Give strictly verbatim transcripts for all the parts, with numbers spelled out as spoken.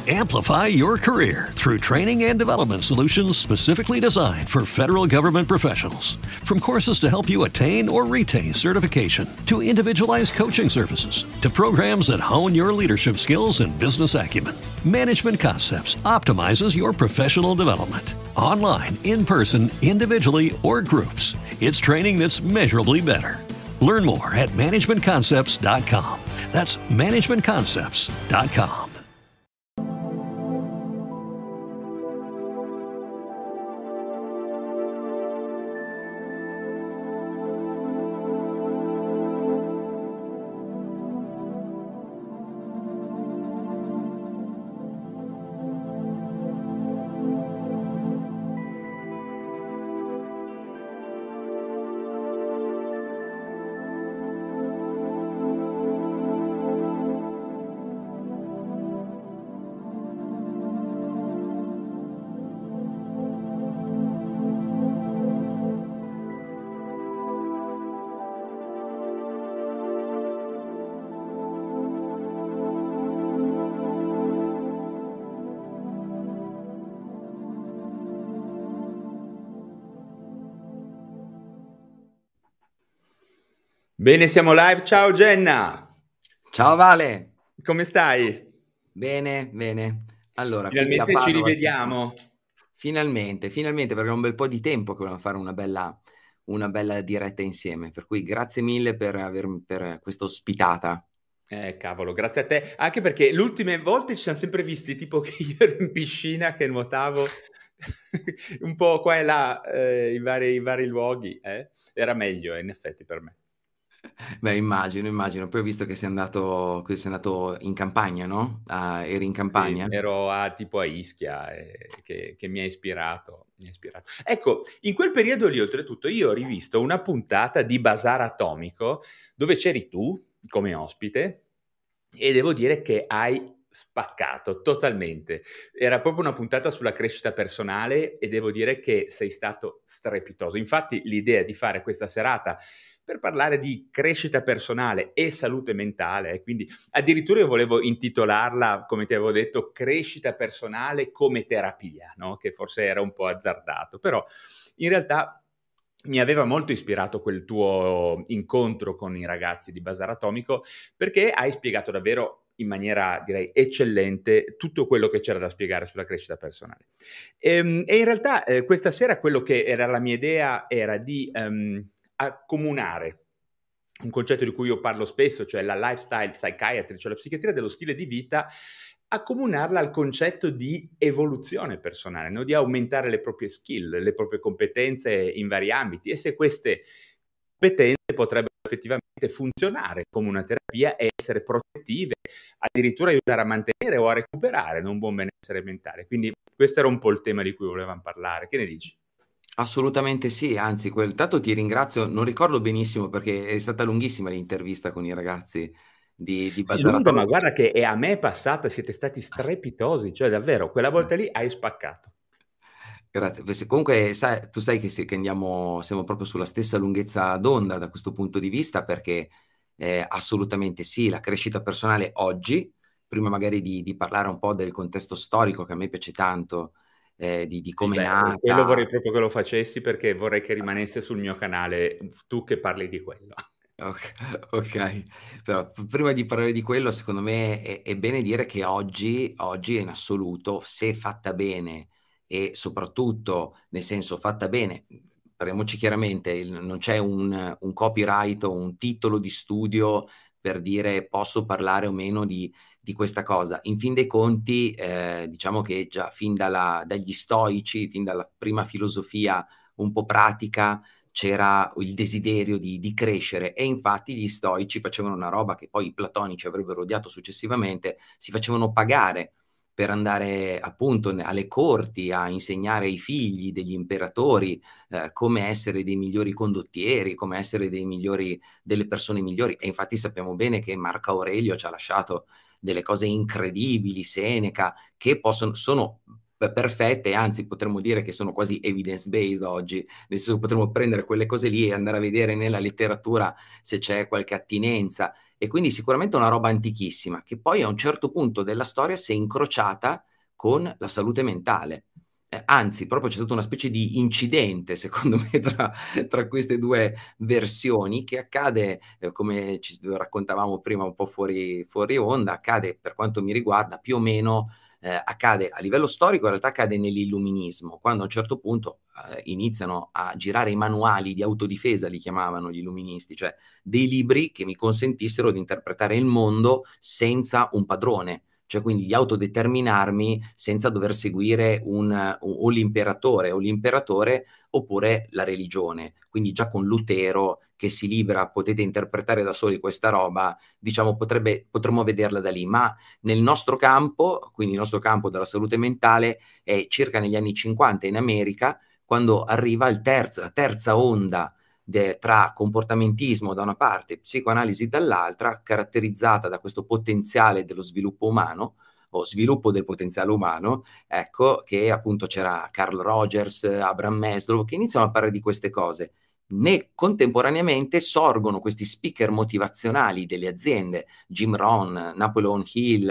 Amplify your career through training and development solutions specifically designed for federal government professionals. From courses to help you attain or retain certification, to individualized coaching services, to programs that hone your leadership skills and business acumen, Management Concepts optimizes your professional development. Online, in person, individually, or groups, it's training that's measurably better. Learn more at management concepts dot com. That's management concepts dot com. Bene, siamo live. Ciao Jenna. Ciao Vale. Come stai? Bene, bene. Allora, finalmente ci rivediamo. Finalmente, finalmente, perché è un bel po' di tempo che volevamo fare una bella, una bella diretta insieme. Per cui grazie mille per, aver, per questa ospitata. Eh, cavolo, grazie a te. Anche perché le ultime volte ci siamo sempre visti, tipo che io ero in piscina, che nuotavo un po' qua e là, eh, in, vari, in vari luoghi. Eh? Era meglio, eh, in effetti, per me. Beh, immagino, immagino. Poi ho visto che sei andato, che sei andato in campagna, no? Ah, eri in campagna? Sì, ero a, tipo a Ischia, eh, che, che mi ha ispirato, mi ha ispirato. Ecco, in quel periodo lì, oltretutto, io ho rivisto una puntata di Bazar Atomico, dove c'eri tu, come ospite, e devo dire che hai spaccato totalmente. Era proprio una puntata sulla crescita personale e devo dire che sei stato strepitoso. Infatti l'idea di fare questa serata per parlare di crescita personale e salute mentale, quindi addirittura io volevo intitolarla, come ti avevo detto, crescita personale come terapia, no? Che forse era un po' azzardato, però in realtà mi aveva molto ispirato quel tuo incontro con i ragazzi di Bazar Atomico, perché hai spiegato davvero in maniera, direi, eccellente tutto quello che c'era da spiegare sulla crescita personale. E, e in realtà eh, questa sera quello che era la mia idea era di um, accomunare un concetto di cui io parlo spesso, cioè la lifestyle psychiatry, cioè la psichiatria dello stile di vita, accomunarla al concetto di evoluzione personale, no? Di aumentare le proprie skill, le proprie competenze in vari ambiti, e se queste competenze potrebbero effettivamente funzionare come una terapia e essere protettive, addirittura aiutare a mantenere o a recuperare un buon benessere mentale. Quindi questo era un po' il tema di cui volevamo parlare. Che ne dici? Assolutamente sì, anzi, quel tanto ti ringrazio, non ricordo benissimo perché è stata lunghissima l'intervista con i ragazzi di, di Sì, Bazar lunga, Atomico. ma guarda che è a me è passata, siete stati strepitosi, cioè davvero, quella volta lì hai spaccato. Grazie. Comunque sai, tu sai che, sì, che andiamo, siamo proprio sulla stessa lunghezza d'onda da questo punto di vista, perché eh, assolutamente sì, la crescita personale oggi, prima magari di, di parlare un po' del contesto storico che a me piace tanto, eh, di, di come Sì, è beh, nata. quello vorrei proprio che lo facessi, perché vorrei che rimanesse sul mio canale tu che parli di quello. Ok, ok. Però p- prima di parlare di quello, secondo me è, è bene dire che oggi, oggi in assoluto, se fatta bene e soprattutto, nel senso fatta bene, parliamoci chiaramente, il- non c'è un, un copyright o un titolo di studio per dire posso parlare o meno di, di questa cosa. In fin dei conti, eh, diciamo che già fin dalla- dagli stoici, fin dalla prima filosofia un po' pratica, c'era il desiderio di, di crescere, e infatti gli stoici facevano una roba che poi i platonici avrebbero odiato successivamente: si facevano pagare per andare appunto alle corti a insegnare ai figli degli imperatori eh, come essere dei migliori condottieri, come essere dei migliori, delle persone migliori. E infatti sappiamo bene che Marco Aurelio ci ha lasciato delle cose incredibili, Seneca, che possono, sono perfette, anzi potremmo dire che sono quasi evidence based oggi, nel senso che potremmo prendere quelle cose lì e andare a vedere nella letteratura se c'è qualche attinenza. e quindi sicuramente una roba antichissima, che poi a un certo punto della storia si è incrociata con la salute mentale. Eh, anzi, proprio c'è stata una specie di incidente, secondo me, tra, tra queste due versioni, che accade, eh, come ci raccontavamo prima un po' fuori, fuori onda, accade per quanto mi riguarda più o meno, eh, accade a livello storico, in realtà accade nell'illuminismo, quando a un certo punto eh, iniziano a girare i manuali di autodifesa, li chiamavano gli illuministi, cioè dei libri che mi consentissero di interpretare il mondo senza un padrone, cioè quindi di autodeterminarmi senza dover seguire un, un, o l'imperatore o l'imperatore oppure la religione. Quindi già con Lutero che si libera, potete interpretare da soli questa roba, diciamo potrebbe, potremmo vederla da lì, ma nel nostro campo, quindi il nostro campo della salute mentale, è circa negli anni cinquanta in America, quando arriva il terzo, la terza onda De, tra comportamentismo da una parte e psicoanalisi dall'altra, caratterizzata da questo potenziale dello sviluppo umano o sviluppo del potenziale umano, ecco, che appunto c'era Carl Rogers, Abraham Maslow, che iniziano a parlare di queste cose. Né contemporaneamente sorgono questi speaker motivazionali delle aziende, Jim Rohn, Napoleon Hill,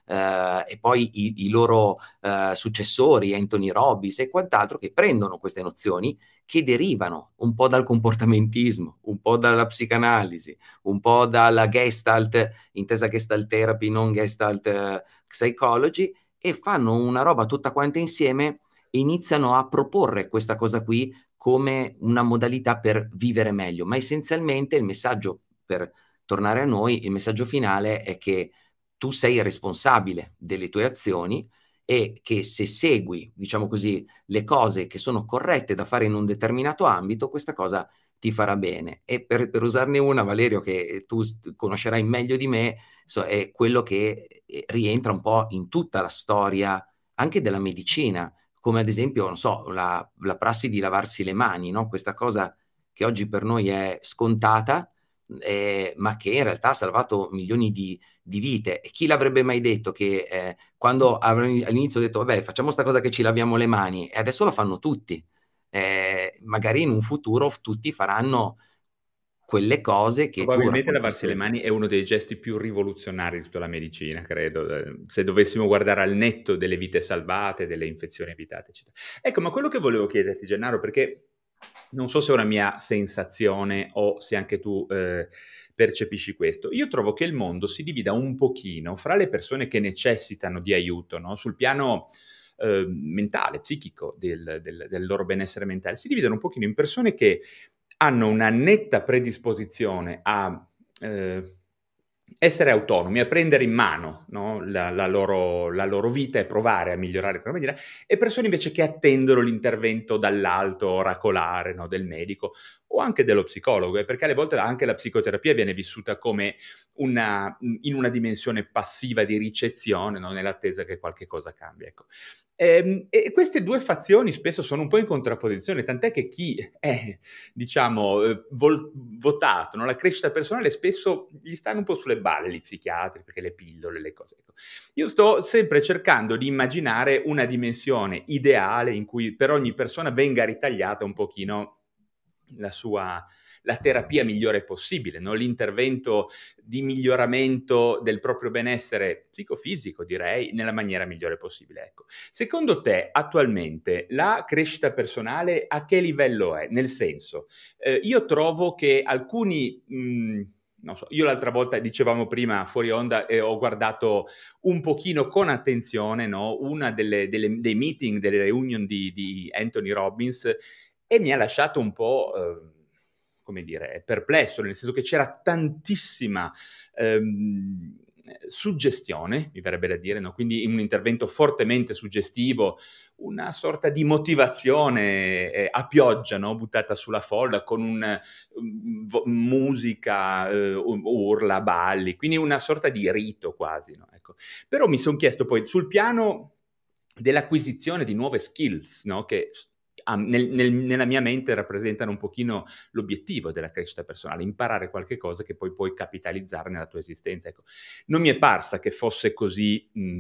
eh, e poi i, i loro eh, successori, Anthony Robbins e quant'altro, che prendono queste nozioni che derivano un po' dal comportamentismo, un po' dalla psicanalisi, un po' dalla Gestalt, intesa Gestalt Therapy, non Gestalt uh, Psychology, e fanno una roba tutta quanta insieme e iniziano a proporre questa cosa qui come una modalità per vivere meglio. Ma essenzialmente il messaggio, per tornare a noi, il messaggio finale è che tu sei responsabile delle tue azioni e che se segui, diciamo così, le cose che sono corrette da fare in un determinato ambito, questa cosa ti farà bene. E per, per usarne una, Valerio, che tu conoscerai meglio di me, so, è quello che rientra un po' in tutta la storia anche della medicina, come ad esempio, non so, la, la prassi di lavarsi le mani, no? Questa cosa che oggi per noi è scontata, eh, ma che in realtà ha salvato milioni di, di vite. E chi l'avrebbe mai detto che eh, quando all'inizio ho detto vabbè facciamo sta cosa che ci laviamo le mani, e adesso lo fanno tutti, eh, magari in un futuro tutti faranno quelle cose che probabilmente tu lavarsi le mani è uno dei gesti più rivoluzionari rispetto alla medicina, credo, se dovessimo guardare al netto delle vite salvate, delle infezioni evitate, eccetera. Ecco, ma quello che volevo chiederti, Gennaro, perché non so se è una mia sensazione o se anche tu eh, percepisci questo. Io trovo che il mondo si divida un pochino fra le persone che necessitano di aiuto, no? Sul piano eh, mentale, psichico, del, del, del loro benessere mentale. Si dividono un pochino in persone che hanno una netta predisposizione a eh, essere autonomi, a prendere in mano, no? la, la, loro, la loro vita e provare a migliorare quella maniera, e persone invece che attendono l'intervento dall'alto, oracolare, no? Del medico o anche dello psicologo, eh? Perché alle volte anche la psicoterapia viene vissuta come una, in una dimensione passiva di ricezione, no? Nell'attesa che qualche cosa cambi. Ecco. E, e queste due fazioni spesso sono un po' in contrapposizione, tant'è che chi è, diciamo, eh, vol- votato, no? La crescita personale spesso gli stanno un po' sulle balle gli psichiatri, perché le pillole, le cose. Ecco. Io sto sempre cercando di immaginare una dimensione ideale in cui per ogni persona venga ritagliata un pochino la sua... la terapia migliore possibile, no? L'intervento di miglioramento del proprio benessere psicofisico, direi, nella maniera migliore possibile. Ecco. Secondo te, attualmente, la crescita personale a che livello è? Nel senso, eh, io trovo che alcuni... Mh, non so, io l'altra volta, dicevamo prima, fuori onda, eh, ho guardato un pochino con attenzione, no? Una delle, delle, dei meeting, delle reunion di, di Anthony Robbins, e mi ha lasciato un po'... Eh, come dire, perplesso, nel senso che c'era tantissima ehm, suggestione, mi verrebbe da dire, no? Quindi un intervento fortemente suggestivo, una sorta di motivazione eh, a pioggia, no? Buttata sulla folla con un, um, vo- musica, eh, urla, balli, quindi una sorta di rito quasi. No? Ecco. Però mi sono chiesto poi sul piano dell'acquisizione di nuove skills, no? Che Nel, nel, nella mia mente rappresentano un pochino l'obiettivo della crescita personale, imparare qualche cosa che poi puoi capitalizzare nella tua esistenza. Ecco. Non mi è parsa che fosse così mh,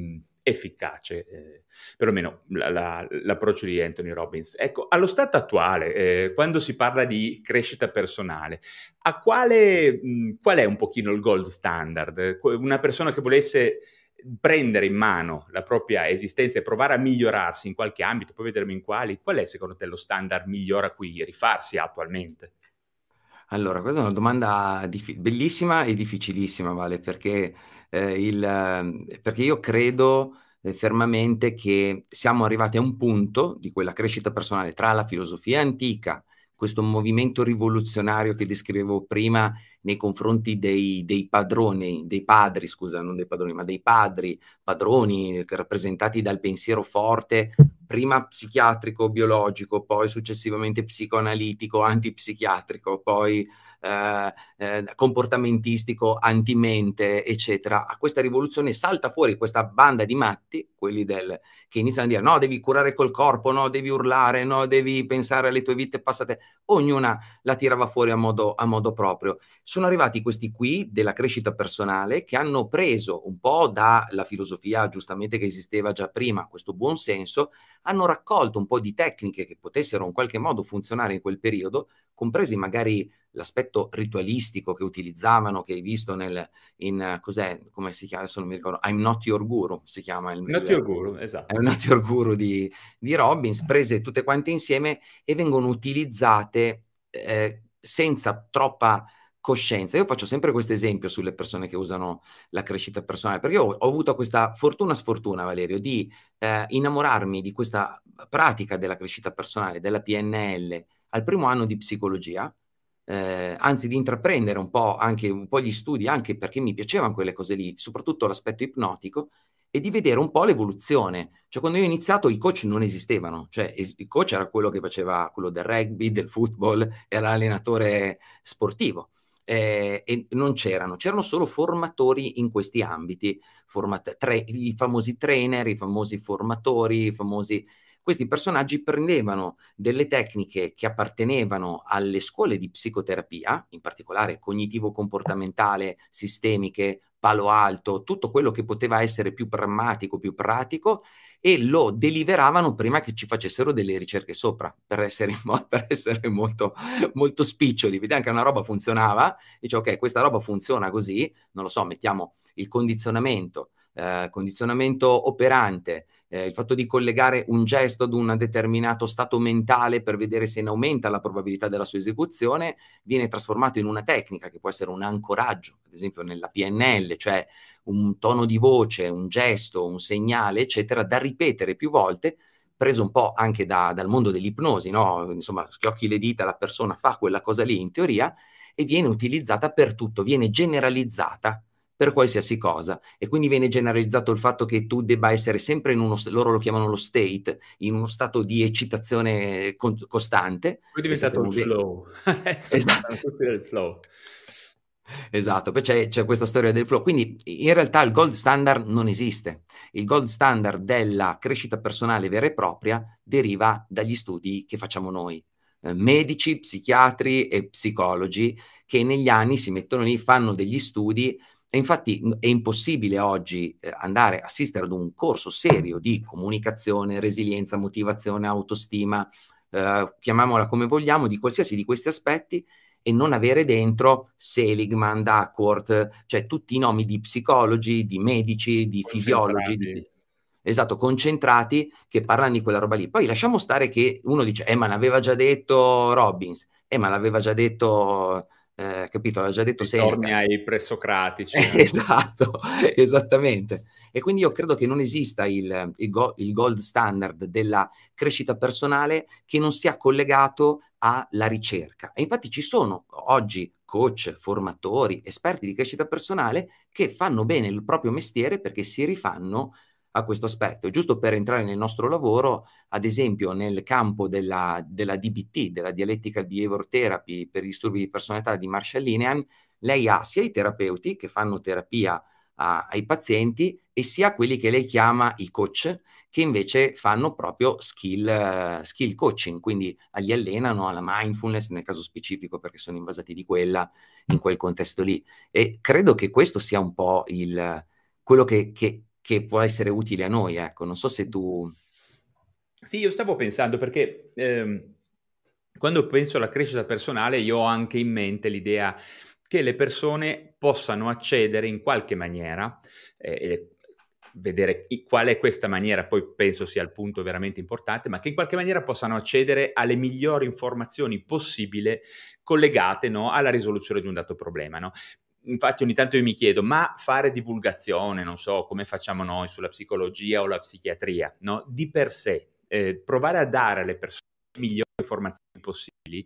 efficace, eh, perlomeno la, la, l'approccio di Anthony Robbins. Ecco, allo stato attuale, eh, quando si parla di crescita personale, a quale, mh, qual è un pochino il gold standard? Una persona che volesse prendere in mano la propria esistenza e provare a migliorarsi in qualche ambito, poi vedremo in quali, qual è secondo te lo standard migliore a cui rifarsi attualmente? Allora, questa è una domanda diffi- bellissima e difficilissima, Vale, perché, eh, il, eh, perché io credo eh, fermamente che siamo arrivati a un punto di quella crescita personale tra la filosofia antica, questo movimento rivoluzionario che descrivevo prima nei confronti dei, dei padroni, dei padri, scusa, non dei padroni, ma dei padri, padroni rappresentati dal pensiero forte, prima psichiatrico, biologico, poi successivamente psicoanalitico, antipsichiatrico, poi eh, eh, comportamentistico, antimente, eccetera. A questa rivoluzione salta fuori questa banda di matti, quelli del, che iniziano a dire no, devi curare col corpo, no, devi urlare, no, devi pensare alle tue vite passate. Ognuna la tirava fuori a modo, a modo proprio. Sono arrivati questi qui della crescita personale che hanno preso un po' dalla filosofia giustamente che esisteva già prima, questo buon senso, hanno raccolto un po' di tecniche che potessero in qualche modo funzionare in quel periodo, compresi magari l'aspetto ritualistico che utilizzavano, che hai visto nel, in, cos'è, come si chiama, adesso non mi ricordo, I'm Not Your Guru, si chiama il... Not il Your Guru, esatto. I'm Not Your Guru di, di Robbins, prese tutte quante insieme e vengono utilizzate eh, senza troppa coscienza. Io faccio sempre questo esempio sulle persone che usano la crescita personale, perché io ho, ho avuto questa fortuna sfortuna, Valerio, di eh, innamorarmi di questa pratica della crescita personale, della P N L, al primo anno di psicologia, eh, anzi di intraprendere un po' anche un po' gli studi, anche perché mi piacevano quelle cose lì, soprattutto l'aspetto ipnotico, e di vedere un po' l'evoluzione. Cioè, quando io ho iniziato i coach non esistevano, cioè es- il coach era quello che faceva quello del rugby, del football, era l'allenatore sportivo. Eh, e non c'erano, c'erano solo formatori in questi ambiti, format- tre, i famosi trainer, i famosi formatori, i famosi... Questi personaggi prendevano delle tecniche che appartenevano alle scuole di psicoterapia, in particolare cognitivo-comportamentale, sistemiche, Palo Alto, tutto quello che poteva essere più pragmatico, più pratico, e lo deliveravano prima che ci facessero delle ricerche sopra, per essere, per essere molto, molto spiccioli. Vediamo che una roba funzionava, dice ok, questa roba funziona così, non lo so, mettiamo il condizionamento, eh, condizionamento operante, eh, il fatto di collegare un gesto ad un determinato stato mentale per vedere se ne aumenta la probabilità della sua esecuzione, viene trasformato in una tecnica che può essere un ancoraggio, ad esempio nella P N L, cioè un tono di voce, un gesto, un segnale, eccetera, da ripetere più volte, preso un po' anche da, dal mondo dell'ipnosi, no? Insomma, schiocchi le dita, la persona fa quella cosa lì in teoria e viene utilizzata per tutto, viene generalizzata per qualsiasi cosa, e quindi viene generalizzato il fatto che tu debba essere sempre in uno, loro lo chiamano lo state, in uno stato di eccitazione con, costante. Poi è diventato il Bene. flow, adesso Esatto. parlano tutti del flow. Esatto, poi c'è, c'è questa storia del flow, quindi in realtà il gold standard non esiste. Il gold standard della crescita personale vera e propria deriva dagli studi che facciamo noi, eh, medici, psichiatri e psicologi, che negli anni si mettono lì, fanno degli studi. E infatti è impossibile oggi eh, andare a assistere ad un corso serio di comunicazione, resilienza, motivazione, autostima, eh, chiamiamola come vogliamo, di qualsiasi di questi aspetti, e non avere dentro Seligman, Duckworth, cioè tutti i nomi di psicologi, di medici, di fisiologi, di... esatto, concentrati, che parlano di quella roba lì. Poi lasciamo stare che uno dice, eh ma l'aveva già detto Robbins, eh ma l'aveva già detto... Eh, capito, l'ha già detto Si Seneca. torni ai presocratici. Eh, esatto, esattamente. E quindi io credo che non esista il, il, go, il gold standard della crescita personale che non sia collegato alla ricerca. E infatti ci sono oggi coach, formatori, esperti di crescita personale che fanno bene il proprio mestiere perché si rifanno a questo aspetto. E giusto per entrare nel nostro lavoro, ad esempio nel campo della, della D B T, della Dialectical Behavior Therapy per i disturbi di personalità di Marshall Linehan, lei ha sia i terapeuti che fanno terapia a, ai pazienti e sia quelli che lei chiama i coach, che invece fanno proprio skill, uh, skill coaching, quindi gli allenano alla mindfulness nel caso specifico perché sono invasati di quella in quel contesto lì. E credo che questo sia un po' il, quello che, che che può essere utile a noi, ecco. Non so se tu... Sì, io stavo pensando perché ehm, quando penso alla crescita personale io ho anche in mente l'idea che le persone possano accedere in qualche maniera, eh, e vedere i- qual è questa maniera, poi penso sia il punto veramente importante, ma che in qualche maniera possano accedere alle migliori informazioni possibile collegate, no, alla risoluzione di un dato problema, no? Infatti ogni tanto io mi chiedo, ma fare divulgazione, non so, come facciamo noi sulla psicologia o la psichiatria, no? Di per sé, eh, provare a dare alle persone le migliori informazioni possibili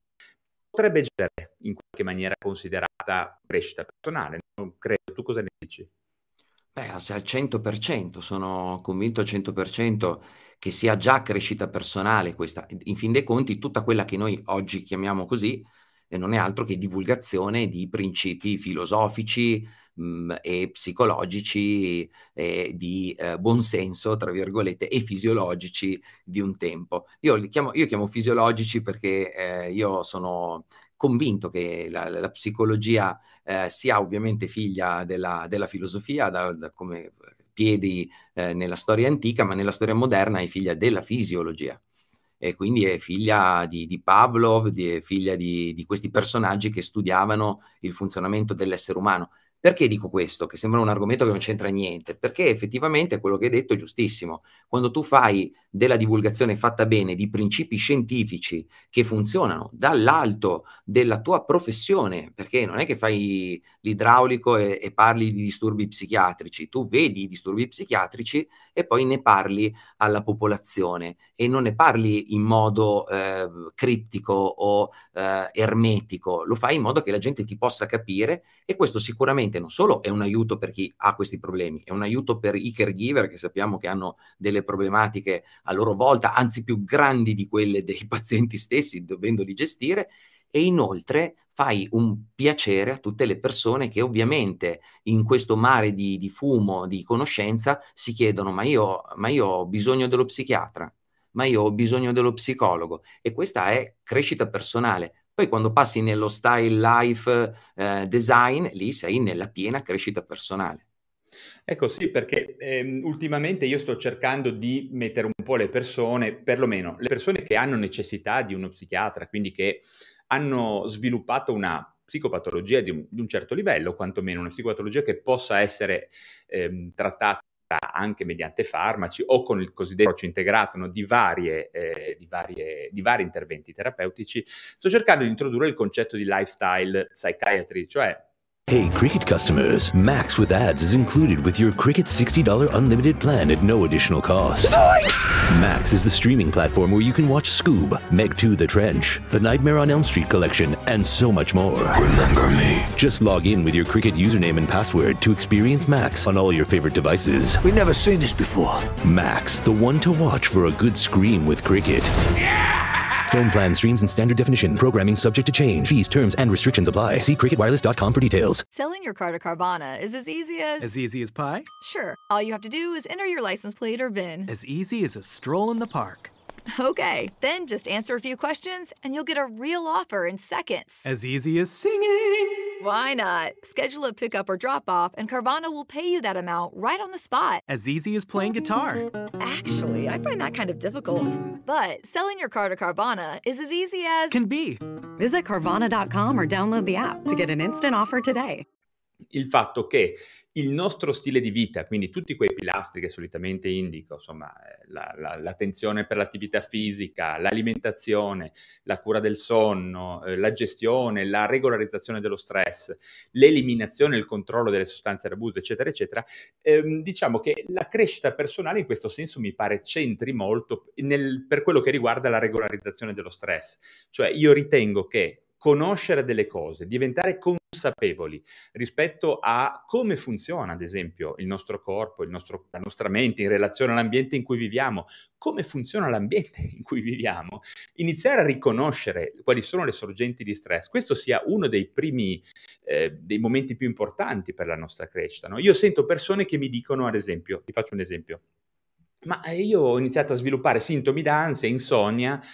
potrebbe essere in qualche maniera considerata crescita personale. Non credo. Tu cosa ne dici? Beh, se al cento per cento, sono convinto al cento per cento che sia già crescita personale questa. In fin dei conti, tutta quella che noi oggi chiamiamo così, e non è altro che divulgazione di principi filosofici, mh, e psicologici, e di eh, buonsenso, tra virgolette, e fisiologici di un tempo. Io li chiamo, io chiamo fisiologici perché eh, io sono convinto che la, la psicologia eh, sia ovviamente figlia della, della filosofia, da, da come piedi eh, nella storia antica, ma nella storia moderna è figlia della fisiologia. E quindi è figlia di, di Pavlov, di, è figlia di, di questi personaggi che studiavano il funzionamento dell'essere umano. Perché dico questo? Che sembra un argomento che non c'entra niente, perché effettivamente quello che hai detto è giustissimo. Quando tu fai della divulgazione fatta bene di principi scientifici che funzionano dall'alto della tua professione, perché non è che fai l'idraulico e, e parli di disturbi psichiatrici, tu vedi i disturbi psichiatrici e poi ne parli alla popolazione e non ne parli in modo eh, criptico o eh, ermetico, lo fai in modo che la gente ti possa capire, e questo sicuramente non solo è un aiuto per chi ha questi problemi, è un aiuto per i caregiver, che sappiamo che hanno delle problematiche a loro volta, anzi più grandi di quelle dei pazienti stessi, dovendoli gestire, e inoltre fai un piacere a tutte le persone che ovviamente in questo mare di, di fumo, di conoscenza, si chiedono: ma io, ma io ho bisogno dello psichiatra, ma io ho bisogno dello psicologo, e questa è crescita personale. Poi quando passi nello style life eh, design, lì sei nella piena crescita personale. Ecco sì, perché ehm, ultimamente io sto cercando di mettere un po' le persone, perlomeno le persone che hanno necessità di uno psichiatra, quindi che hanno sviluppato una psicopatologia di un, di un certo livello, quantomeno una psicopatologia che possa essere ehm, trattata anche mediante farmaci o con il cosiddetto approccio integrato, no, di, varie, eh, di, varie, di vari interventi terapeutici. Sto cercando di introdurre il concetto di lifestyle psychiatry, cioè Hey, Cricket customers, Max with ads is included with your Cricket sixty dollars unlimited plan at no additional cost. Nice! Max is the streaming platform where you can watch Scoob, Meg two The Trench, The Nightmare on Elm Street collection, and so much more. Remember me. Just log in with your Cricket username and password to experience Max on all your favorite devices. We've never seen this before. Max, the one to watch for a good scream with Cricket. Yeah! Phone plan streams in standard definition. Programming subject to change. Fees, terms, and restrictions apply. See cricket wireless dot com for details. Selling your car to Carvana is as easy as... As easy as pie? Sure. All you have to do is enter your license plate or V I N. As easy as a stroll in the park. Okay, then just answer a few questions and you'll get a real offer in seconds. As easy as singing. Why not? Schedule a pickup or drop-off and Carvana will pay you that amount right on the spot. As easy as playing guitar. Actually, I find that kind of difficult. But selling your car to Carvana is as easy as... Can be. Visit Carvana dot com or download the app to get an instant offer today. Il fatto che il nostro stile di vita, quindi tutti quei pilastri che solitamente indico, insomma, la, la, l'attenzione per l'attività fisica, l'alimentazione, la cura del sonno, eh, la gestione, la regolarizzazione dello stress, l'eliminazione e il controllo delle sostanze d'abuso, eccetera, eccetera, ehm, diciamo che la crescita personale in questo senso mi pare c'entri molto nel, per quello che riguarda la regolarizzazione dello stress. Cioè io ritengo che conoscere delle cose, diventare consapevoli rispetto a come funziona, ad esempio, il nostro corpo, il nostro, la nostra mente in relazione all'ambiente in cui viviamo, come funziona l'ambiente in cui viviamo, iniziare a riconoscere quali sono le sorgenti di stress, questo sia uno dei primi, eh, dei momenti più importanti per la nostra crescita, no? Io sento persone che mi dicono, ad esempio, ti faccio un esempio, ma io ho iniziato a sviluppare sintomi d'ansia, insonnia,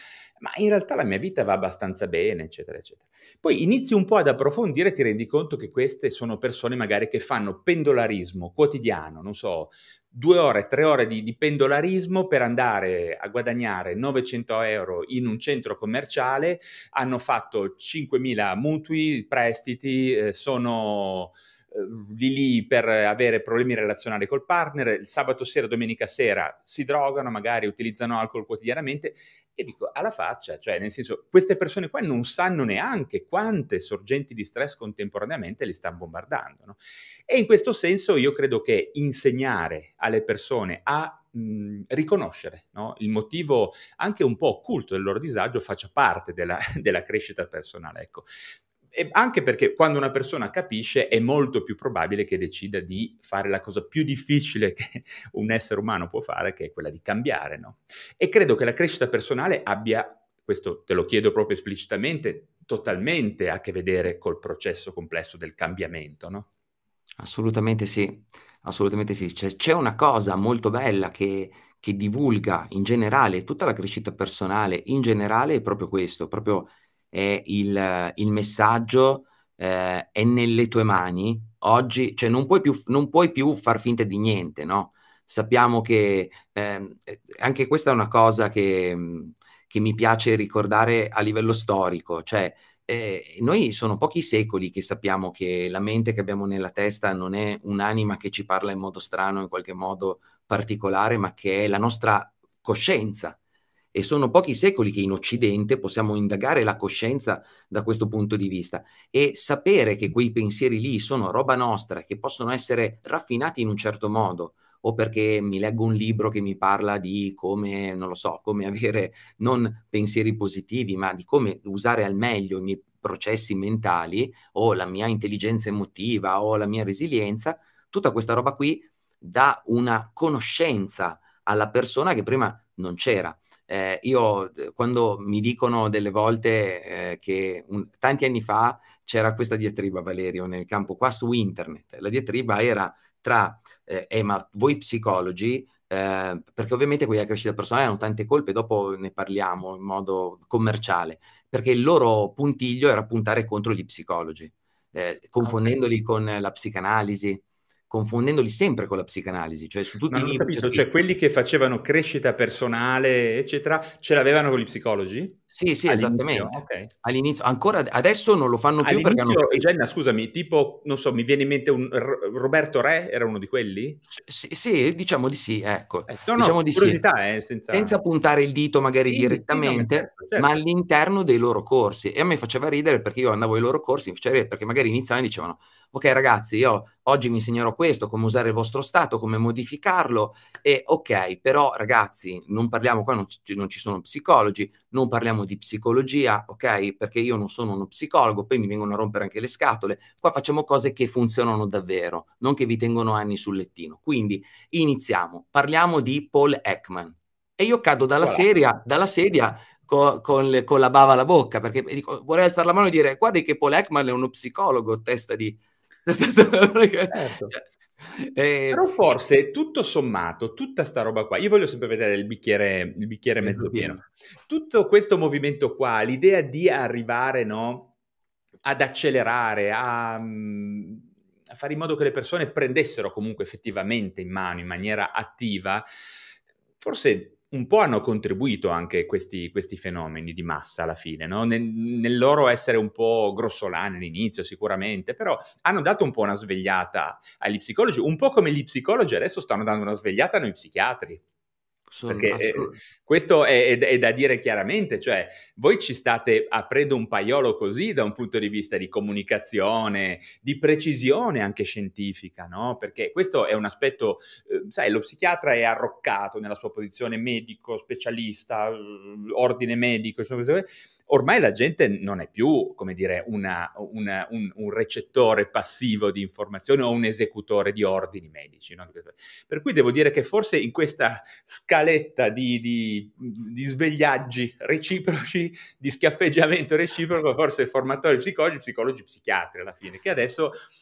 ma in realtà la mia vita va abbastanza bene, eccetera, eccetera. Poi inizi un po' ad approfondire e ti rendi conto che queste sono persone magari che fanno pendolarismo quotidiano, non so, due ore, tre ore di, di pendolarismo per andare a guadagnare novecento euro in un centro commerciale, hanno fatto cinquemila mutui, prestiti, eh, sono di lì per avere problemi relazionali col partner, il sabato sera, domenica sera si drogano, magari utilizzano alcol quotidianamente, e dico, alla faccia, cioè nel senso, queste persone qua non sanno neanche quante sorgenti di stress contemporaneamente li stanno bombardando, no? E in questo senso io credo che insegnare alle persone a mh, riconoscere, no, il motivo anche un po' occulto del loro disagio faccia parte della, della crescita personale, ecco. E anche perché quando una persona capisce è molto più probabile che decida di fare la cosa più difficile che un essere umano può fare, che è quella di cambiare, no? E credo che la crescita personale abbia, questo te lo chiedo proprio esplicitamente, totalmente a che vedere col processo complesso del cambiamento, no? Assolutamente sì, assolutamente sì. C'è, c'è una cosa molto bella che, che divulga in generale tutta la crescita personale, in generale è proprio questo, proprio è il, il messaggio, eh, è nelle tue mani. Oggi, cioè non puoi più, non puoi più far finta di niente, no? Sappiamo che ehm, anche questa è una cosa che, che mi piace ricordare a livello storico, cioè eh, noi sono pochi secoli che sappiamo che la mente che abbiamo nella testa non è un'anima che ci parla in modo strano, in qualche modo particolare, ma che è la nostra coscienza. E sono pochi secoli che in Occidente possiamo indagare la coscienza da questo punto di vista e sapere che quei pensieri lì sono roba nostra, che possono essere raffinati in un certo modo, o perché mi leggo un libro che mi parla di come, non lo so, come avere non pensieri positivi, ma di come usare al meglio i miei processi mentali o la mia intelligenza emotiva o la mia resilienza, tutta questa roba qui dà una conoscenza alla persona che prima non c'era. Eh, io quando mi dicono delle volte eh, che un, tanti anni fa c'era questa diatriba, Valerio, nel campo qua su internet, la diatriba era tra eh, eh ma voi psicologi, eh, perché ovviamente quelli della crescita personale hanno tante colpe, dopo ne parliamo in modo commerciale, perché il loro puntiglio era puntare contro gli psicologi, eh, confondendoli okay. con la psicanalisi, confondendoli sempre con la psicanalisi, cioè su tutti non i ho libri capito, c'è scritto... cioè quelli che facevano crescita personale, eccetera, ce l'avevano con gli psicologi? Sì, sì, All'inizio? esattamente. Okay. All'inizio, ancora adesso non lo fanno più perché hanno All'inizio, capito. Jenna, scusami, tipo, non so, mi viene in mente un R- Roberto Re, era uno di quelli? Sì, sì, diciamo di sì, ecco. Eh, no, Diciamo no, di sì. curiosità, eh, senza... Senza puntare il dito magari Sì, sì, no, ma direttamente, certo, certo. ma all'interno dei loro corsi. E a me faceva ridere perché io andavo ai loro corsi, mi faceva ridere perché magari inizialmente dicevano: ok ragazzi, io oggi vi insegnerò questo, come usare il vostro stato, come modificarlo, e ok, però ragazzi, non parliamo qua, non ci, non ci sono psicologi, non parliamo di psicologia, ok? Perché io non sono uno psicologo, poi mi vengono a rompere anche le scatole. Qua facciamo cose che funzionano davvero, non che vi tengono anni sul lettino. Quindi iniziamo, parliamo di Paul Ekman. E io cado dalla, Voilà. seria, dalla sedia co, con, le, con la bava alla bocca, perché dico, vorrei alzare la mano e dire: guardi che Paul Ekman è uno psicologo, testa di... Certo. Cioè, eh, però forse tutto sommato, tutta sta roba qua, io voglio sempre vedere il bicchiere, il bicchiere mezzo, mezzo pieno. pieno. Tutto questo movimento qua, l'idea di arrivare, no, ad accelerare, a, a fare in modo che le persone prendessero comunque effettivamente in mano in maniera attiva, forse un po' hanno contribuito anche questi, questi fenomeni di massa alla fine, no? nel, nel loro essere un po' grossolani all'inizio sicuramente, però hanno dato un po' una svegliata agli psicologi, un po' come gli psicologi adesso stanno dando una svegliata a noi psichiatri. Perché eh, questo è, è, è da dire chiaramente, cioè voi ci state aprendo un paiolo così da un punto di vista di comunicazione, di precisione anche scientifica, no? Perché questo è un aspetto, eh, sai, lo psichiatra è arroccato nella sua posizione medico, specialista, ordine medico, cioè, ormai la gente non è più, come dire, una, una, un, un recettore passivo di informazioni o un esecutore di ordini medici, no? Per cui devo dire che forse in questa scaletta di, di, di svegliaggi reciproci, di schiaffeggiamento reciproco, forse formatori psicologi, psicologi psichiatri alla fine, che adesso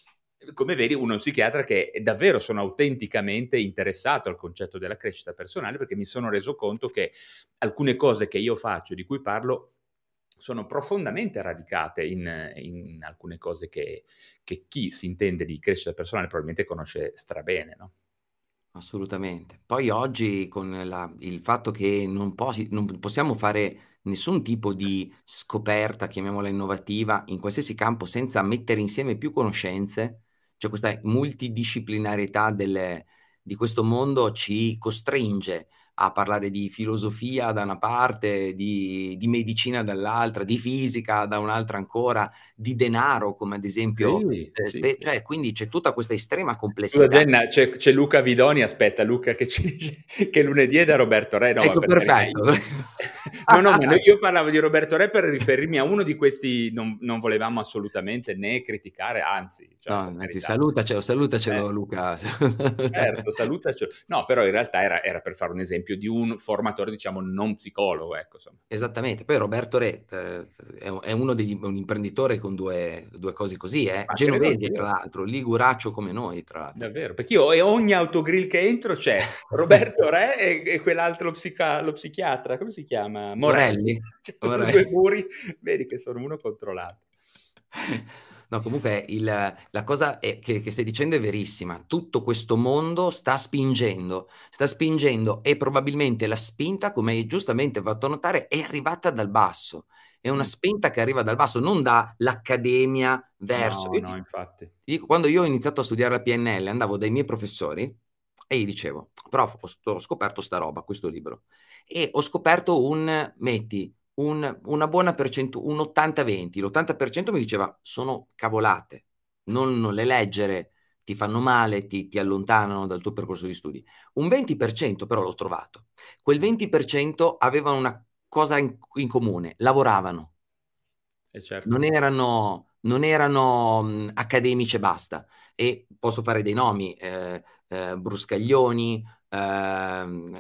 come vedi, uno psichiatra che davvero sono autenticamente interessato al concetto della crescita personale, perché mi sono reso conto che alcune cose che io faccio, di cui parlo, sono profondamente radicate in, in alcune cose che, che chi si intende di crescita personale probabilmente conosce strabene, no? Assolutamente. Poi oggi con la- il fatto che non, posi- non possiamo fare nessun tipo di scoperta, chiamiamola innovativa, in qualsiasi campo senza mettere insieme più conoscenze, cioè questa multidisciplinarietà delle- di questo mondo ci costringe a parlare di filosofia da una parte, di, di medicina dall'altra, di fisica da un'altra ancora, di denaro come ad esempio, Sì, eh, sì, spe- sì. cioè quindi c'è tutta questa estrema Scusa complessità. Jenna, c'è, c'è Luca Vidoni, aspetta Luca che ci dice che lunedì è da Roberto Re, no ma Ecco, per carità, perfetto. io- no no ma io parlavo di Roberto Re per riferirmi a uno di questi, non, non volevamo assolutamente né criticare, anzi, cioè, No, per anzi, carità. salutacelo, salutacelo Eh, Luca. certo, salutacelo. No, però in realtà era, era per fare un esempio di un formatore, diciamo, non psicologo, ecco, insomma. Esattamente, poi Roberto Re eh, è è uno degli, un imprenditore con due, due cose così, eh? Ma credo Genovese tra anch'io. l'altro, liguraccio come noi tra l'altro. Davvero, perché io e ogni autogrill che entro c'è Roberto Re e, e quell'altro lo, psica- lo psichiatra, come si chiama? Morelli. Morelli? Cioè, sono Morelli. due muri, vedi che sono uno contro l'altro. No, comunque il- la cosa è- che, che stai dicendo è verissima. Tutto questo mondo sta spingendo, sta spingendo e probabilmente la spinta, come hai giustamente fatto notare, è arrivata dal basso. È una Mm. spinta che arriva dal basso, non dall'accademia verso. No, Io no, ti- infatti. ti dico, quando io ho iniziato a studiare la P N L, andavo dai miei professori e gli dicevo, prof, ho, sto- ho scoperto sta roba, questo libro, e ho scoperto un, metti, un- una buona percentuale, un ottanta venti, l'ottanta per cento mi diceva sono cavolate, non, non le leggere, ti fanno male, ti, ti allontanano dal tuo percorso di studi. Un venti per cento però l'ho trovato. Quel venti per cento avevano una cosa in, in comune, lavoravano, E certo. non erano, non erano mh, accademici e basta. E posso fare dei nomi, eh, eh, Bruscaglioni, ehm,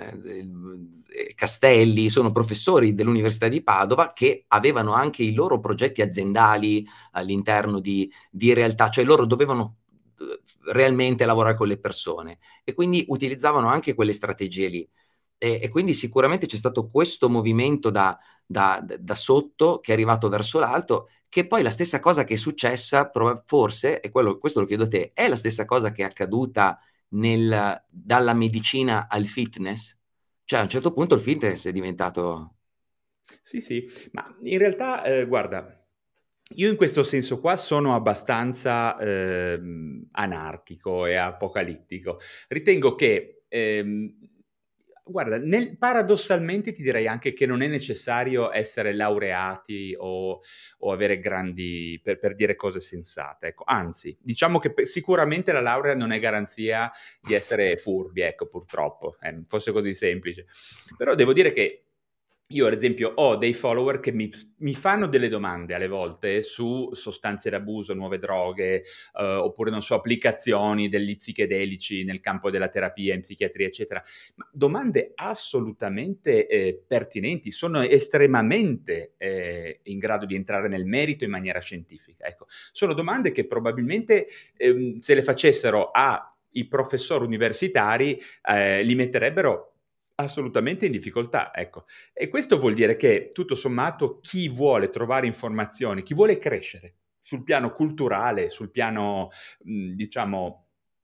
eh, Castelli, sono professori dell'Università di Padova che avevano anche i loro progetti aziendali all'interno di, di realtà, cioè loro dovevano eh, realmente lavorare con le persone e quindi utilizzavano anche quelle strategie lì. E, e quindi sicuramente c'è stato questo movimento da, da, da sotto che è arrivato verso l'alto, che poi la stessa cosa che è successa, prob- forse, e quello, questo lo chiedo a te, è la stessa cosa che è accaduta nel, dalla medicina al fitness? Cioè a un certo punto il fitness è diventato... Sì, sì, ma in realtà, eh, guarda, io in questo senso qua sono abbastanza ehm, anarchico e apocalittico. Ritengo che, ehm, guarda, nel- paradossalmente ti direi anche che non è necessario essere laureati o, o avere grandi, per, per dire cose sensate. Ecco. Anzi, diciamo che pe- sicuramente la laurea non è garanzia di essere furbi, ecco, purtroppo, eh, fosse così semplice. Però devo dire che io, ad esempio, ho dei follower che mi, mi fanno delle domande alle volte su sostanze d'abuso, nuove droghe, eh, oppure, non so, applicazioni degli psichedelici nel campo della terapia, in psichiatria, eccetera. Ma domande assolutamente eh, pertinenti, sono estremamente eh, in grado di entrare nel merito in maniera scientifica. Ecco, sono domande che probabilmente ehm, se le facessero ai professori universitari eh, li metterebbero assolutamente in difficoltà, ecco. E questo vuol dire che, tutto sommato, chi vuole trovare informazioni, chi vuole crescere sul piano culturale, sul piano, mh, diciamo,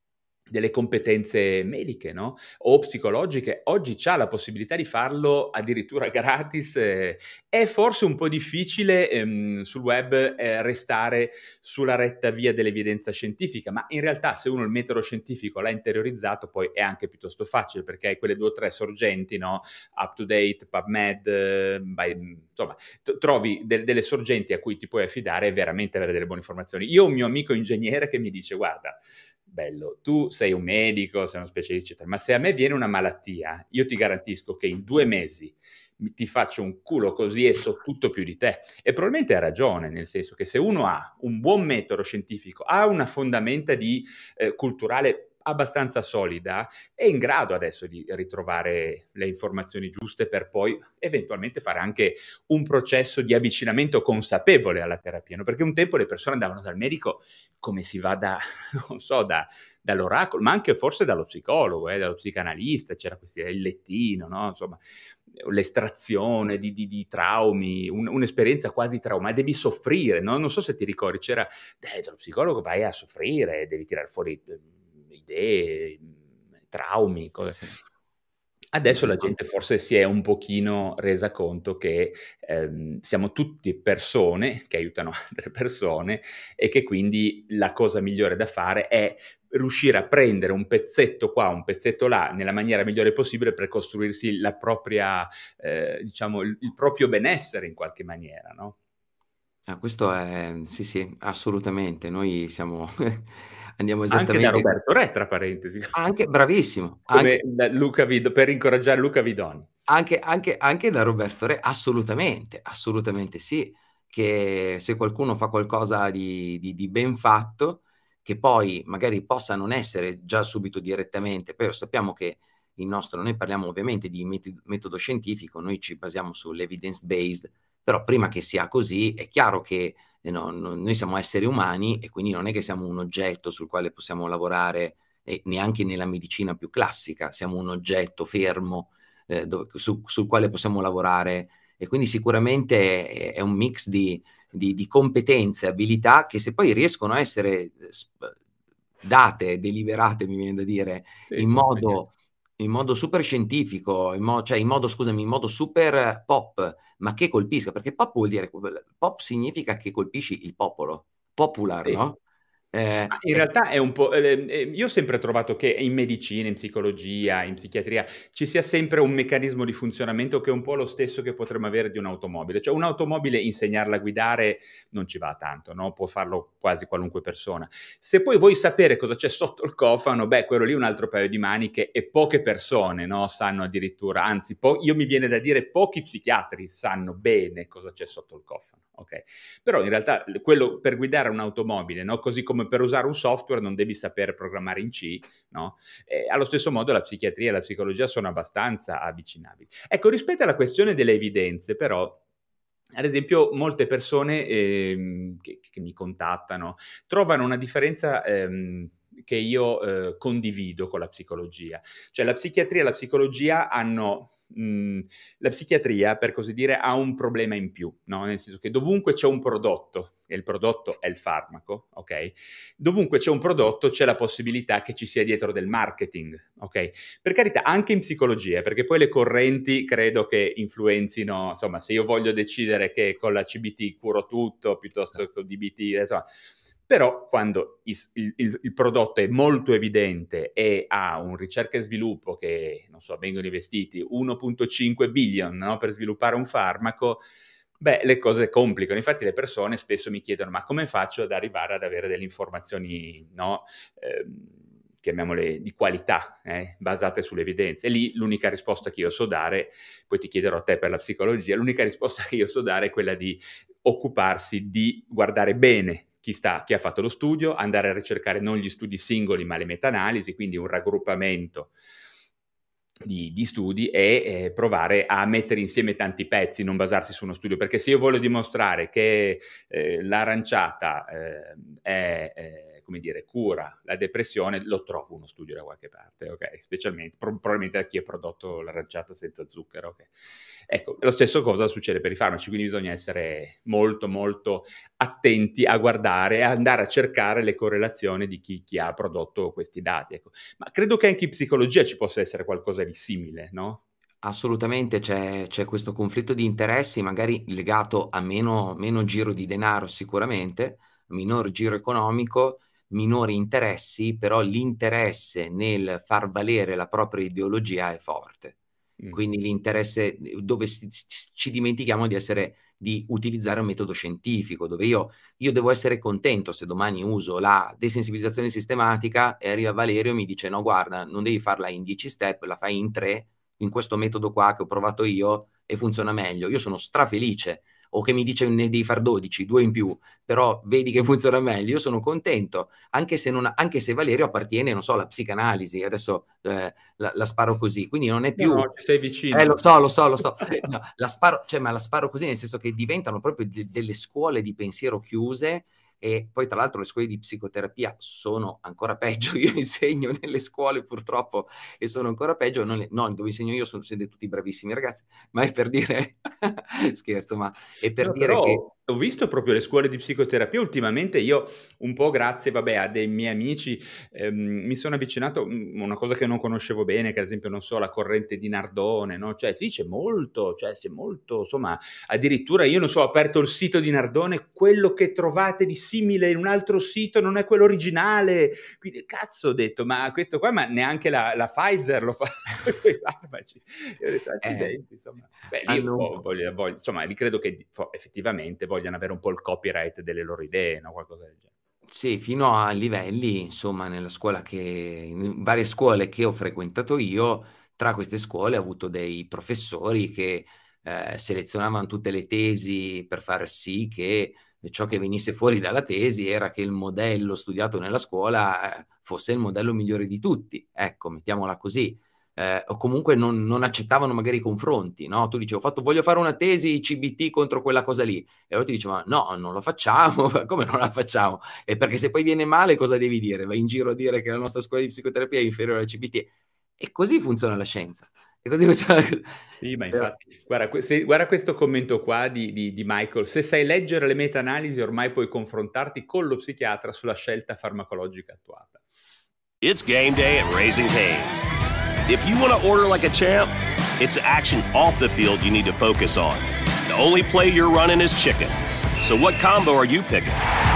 delle competenze mediche, no? O psicologiche, oggi c'ha la possibilità di farlo addirittura gratis. Eh. È forse un po' difficile ehm, sul web eh, restare sulla retta via dell'evidenza scientifica, ma in realtà se uno il metodo scientifico l'ha interiorizzato poi è anche piuttosto facile, perché hai quelle due o tre sorgenti, no? Up to date, PubMed, eh, by, insomma, t- trovi de- delle sorgenti a cui ti puoi affidare e veramente avere delle buone informazioni. Io ho un mio amico ingegnere che mi dice, guarda, bello, tu sei un medico, sei uno specialista, eccetera, ma se a me viene una malattia, io ti garantisco che in due mesi ti faccio un culo così e so tutto più di te. E probabilmente ha ragione, nel senso che se uno ha un buon metodo scientifico, ha una fondamenta di eh, culturale abbastanza solida è in grado adesso di ritrovare le informazioni giuste per poi eventualmente fare anche un processo di avvicinamento consapevole alla terapia, no? Perché un tempo le persone andavano dal medico come si va da, non so, da, dall'oracolo, ma anche forse dallo psicologo, eh, dallo psicanalista, c'era questo, il lettino, no? Insomma, l'estrazione di, di, di traumi, un, un'esperienza quasi trauma, devi soffrire, no? Non so se ti ricordi, c'era, dai, dallo psicologo vai a soffrire, devi tirare fuori idee, traumi, cose. Sì. Adesso la gente forse si è un pochino resa conto che ehm, siamo tutti persone che aiutano altre persone e che quindi la cosa migliore da fare è riuscire a prendere un pezzetto qua, un pezzetto là, nella maniera migliore possibile per costruirsi la propria, eh, diciamo, il, il proprio benessere in qualche maniera, no? Ah, questo è, sì, sì, assolutamente. Noi siamo, andiamo esattamente... Anche da Roberto Re, tra parentesi. Anche, bravissimo. Come Anche... da Luca Vid- per incoraggiare Luca Vidoni. Anche, anche, anche da Roberto Re, assolutamente, assolutamente sì, che se qualcuno fa qualcosa di, di, di ben fatto, che poi magari possa non essere già subito direttamente, però sappiamo che il nostro, noi parliamo ovviamente di metodo, metodo scientifico, noi ci basiamo sull'evidence based, però prima che sia così è chiaro che eh, no, no, noi siamo esseri umani e quindi non è che siamo un oggetto sul quale possiamo lavorare, e neanche nella medicina più classica, siamo un oggetto fermo eh, dove, su, sul quale possiamo lavorare, e quindi sicuramente è, è un mix di, di, di competenze, abilità che se poi riescono a essere date, deliberate, mi viene da dire, sì, in modo... in modo super scientifico, in mo- cioè in modo, scusami, in modo super pop, ma che colpisca, perché pop vuol dire, pop significa che colpisci il popolo, popular, sì. No? Eh, in realtà è un po', eh, io ho sempre trovato che in medicina, in psicologia, in psichiatria ci sia sempre un meccanismo di funzionamento che è un po' lo stesso che potremmo avere di un'automobile. Cioè un'automobile insegnarla a guidare non ci va tanto, no? Può farlo quasi qualunque persona. Se poi vuoi sapere cosa c'è sotto il cofano, beh, quello lì è un altro paio di maniche e poche persone, no? Sanno addirittura, anzi, po- io mi viene da dire pochi psichiatri sanno bene cosa c'è sotto il cofano. Okay. Però in realtà quello per guidare un'automobile, no? Così come per usare un software non devi sapere programmare in C, no? E allo stesso modo la psichiatria e la psicologia sono abbastanza avvicinabili. Ecco, rispetto alla questione delle evidenze, però, ad esempio, molte persone ehm, che, che mi contattano trovano una differenza ehm, che io eh, condivido con la psicologia. Cioè la psichiatria e la psicologia hanno... Mm, la psichiatria, per così dire, ha un problema in più, no? Nel senso che dovunque c'è un prodotto, e il prodotto è il farmaco, ok? Dovunque c'è un prodotto c'è la possibilità che ci sia dietro del marketing, ok? Per carità, anche in psicologia, perché poi le correnti credo che influenzino, insomma, se io voglio decidere che con la C B T curo tutto, piuttosto che con D B T, insomma... Però quando il, il, il prodotto è molto evidente e ha un ricerca e sviluppo che, non so, vengono investiti uno virgola cinque billion, no, per sviluppare un farmaco, beh, le cose complicano. Infatti le persone spesso mi chiedono, ma come faccio ad arrivare ad avere delle informazioni, no, eh, chiamiamole di qualità, eh, basate sulle evidenze? E lì l'unica risposta che io so dare, poi ti chiederò a te per la psicologia, l'unica risposta che io so dare è quella di occuparsi di guardare bene Chi, sta, chi ha fatto lo studio, andare a ricercare non gli studi singoli ma le meta-analisi, quindi un raggruppamento di, di studi e eh, provare a mettere insieme tanti pezzi, non basarsi su uno studio, perché se io voglio dimostrare che eh, l'aranciata eh, è, è come dire, cura la depressione, lo trovo uno studio da qualche parte, ok? Specialmente, pro- probabilmente da chi ha prodotto l'aranciata senza zucchero, ok? Ecco, lo stesso cosa succede per i farmaci, quindi bisogna essere molto molto attenti a guardare, a andare a cercare le correlazioni di chi, chi ha prodotto questi dati, ecco. Ma credo che anche in psicologia ci possa essere qualcosa di simile, no? Assolutamente, c'è, c'è questo conflitto di interessi, magari legato a meno, meno giro di denaro sicuramente, minor giro economico, minori interessi, però l'interesse nel far valere la propria ideologia è forte. Mm. Quindi l'interesse dove si, ci dimentichiamo di essere, di utilizzare un metodo scientifico, dove io, io devo essere contento se domani uso la desensibilizzazione sistematica e arriva Valerio e mi dice no guarda, non devi farla in dieci step, la fai in tre, in questo metodo qua che ho provato io e funziona meglio. Io sono strafelice. o che mi dice ne devi far dodici, due in più, però vedi che funziona meglio, io sono contento, anche se, non, anche se Valerio appartiene, non so, alla psicanalisi, adesso eh, la, la sparo così, quindi non è più... No, no, ci sei vicino. Eh, lo so, lo so, lo so, no, la sparo, cioè, ma la sparo così nel senso che diventano proprio de- delle scuole di pensiero chiuse. E poi tra l'altro le scuole di psicoterapia sono ancora peggio, io insegno nelle scuole purtroppo e sono ancora peggio, non, le, no, dove insegno io sono siete tutti bravissimi ragazzi, ma è per dire, scherzo, ma è per No, dire però che... ho visto proprio le scuole di psicoterapia ultimamente, io un po' grazie, vabbè, a dei miei amici ehm, mi sono avvicinato a una cosa che non conoscevo bene, che ad esempio, non so, la corrente di Nardone, no? Cioè, sì, c'è molto, cioè, c'è molto, insomma, addirittura io, non so, ho aperto il sito di Nardone, quello che trovate di simile in un altro sito non è quello originale, quindi cazzo ho detto, ma questo qua, ma neanche la, la Pfizer lo fa con i farmaci. E ho detto, accidenti, insomma. Beh, lì un po' voglio, voglio, insomma, lì credo che effettivamente vogliano avere un po' il copyright delle loro idee, no? Qualcosa del genere. Sì, fino a livelli, insomma, nella scuola che, in varie scuole che ho frequentato io, tra queste scuole ho avuto dei professori che eh, selezionavano tutte le tesi per far sì che ciò che venisse fuori dalla tesi era che il modello studiato nella scuola eh, fosse il modello migliore di tutti, ecco, mettiamola così. Eh, o comunque non, non accettavano magari i confronti, no? Tu dicevi, ho fatto, voglio fare una tesi C B T contro quella cosa lì, e loro ti dicevano, no, non lo facciamo, come non la facciamo? E perché se poi viene male cosa devi dire? Vai in giro a dire che la nostra scuola di psicoterapia è inferiore al C B T, e così funziona la scienza. E così funziona... Sì, ma infatti, guarda, se, guarda questo commento qua di, di, di Michael, se sai leggere le meta-analisi ormai puoi confrontarti con lo psichiatra sulla scelta farmacologica attuata. It's game day at Raising Cane's. If you want to order like a champ, it's action off the field you need to focus on. The only play you're running is chicken. So what combo are you picking?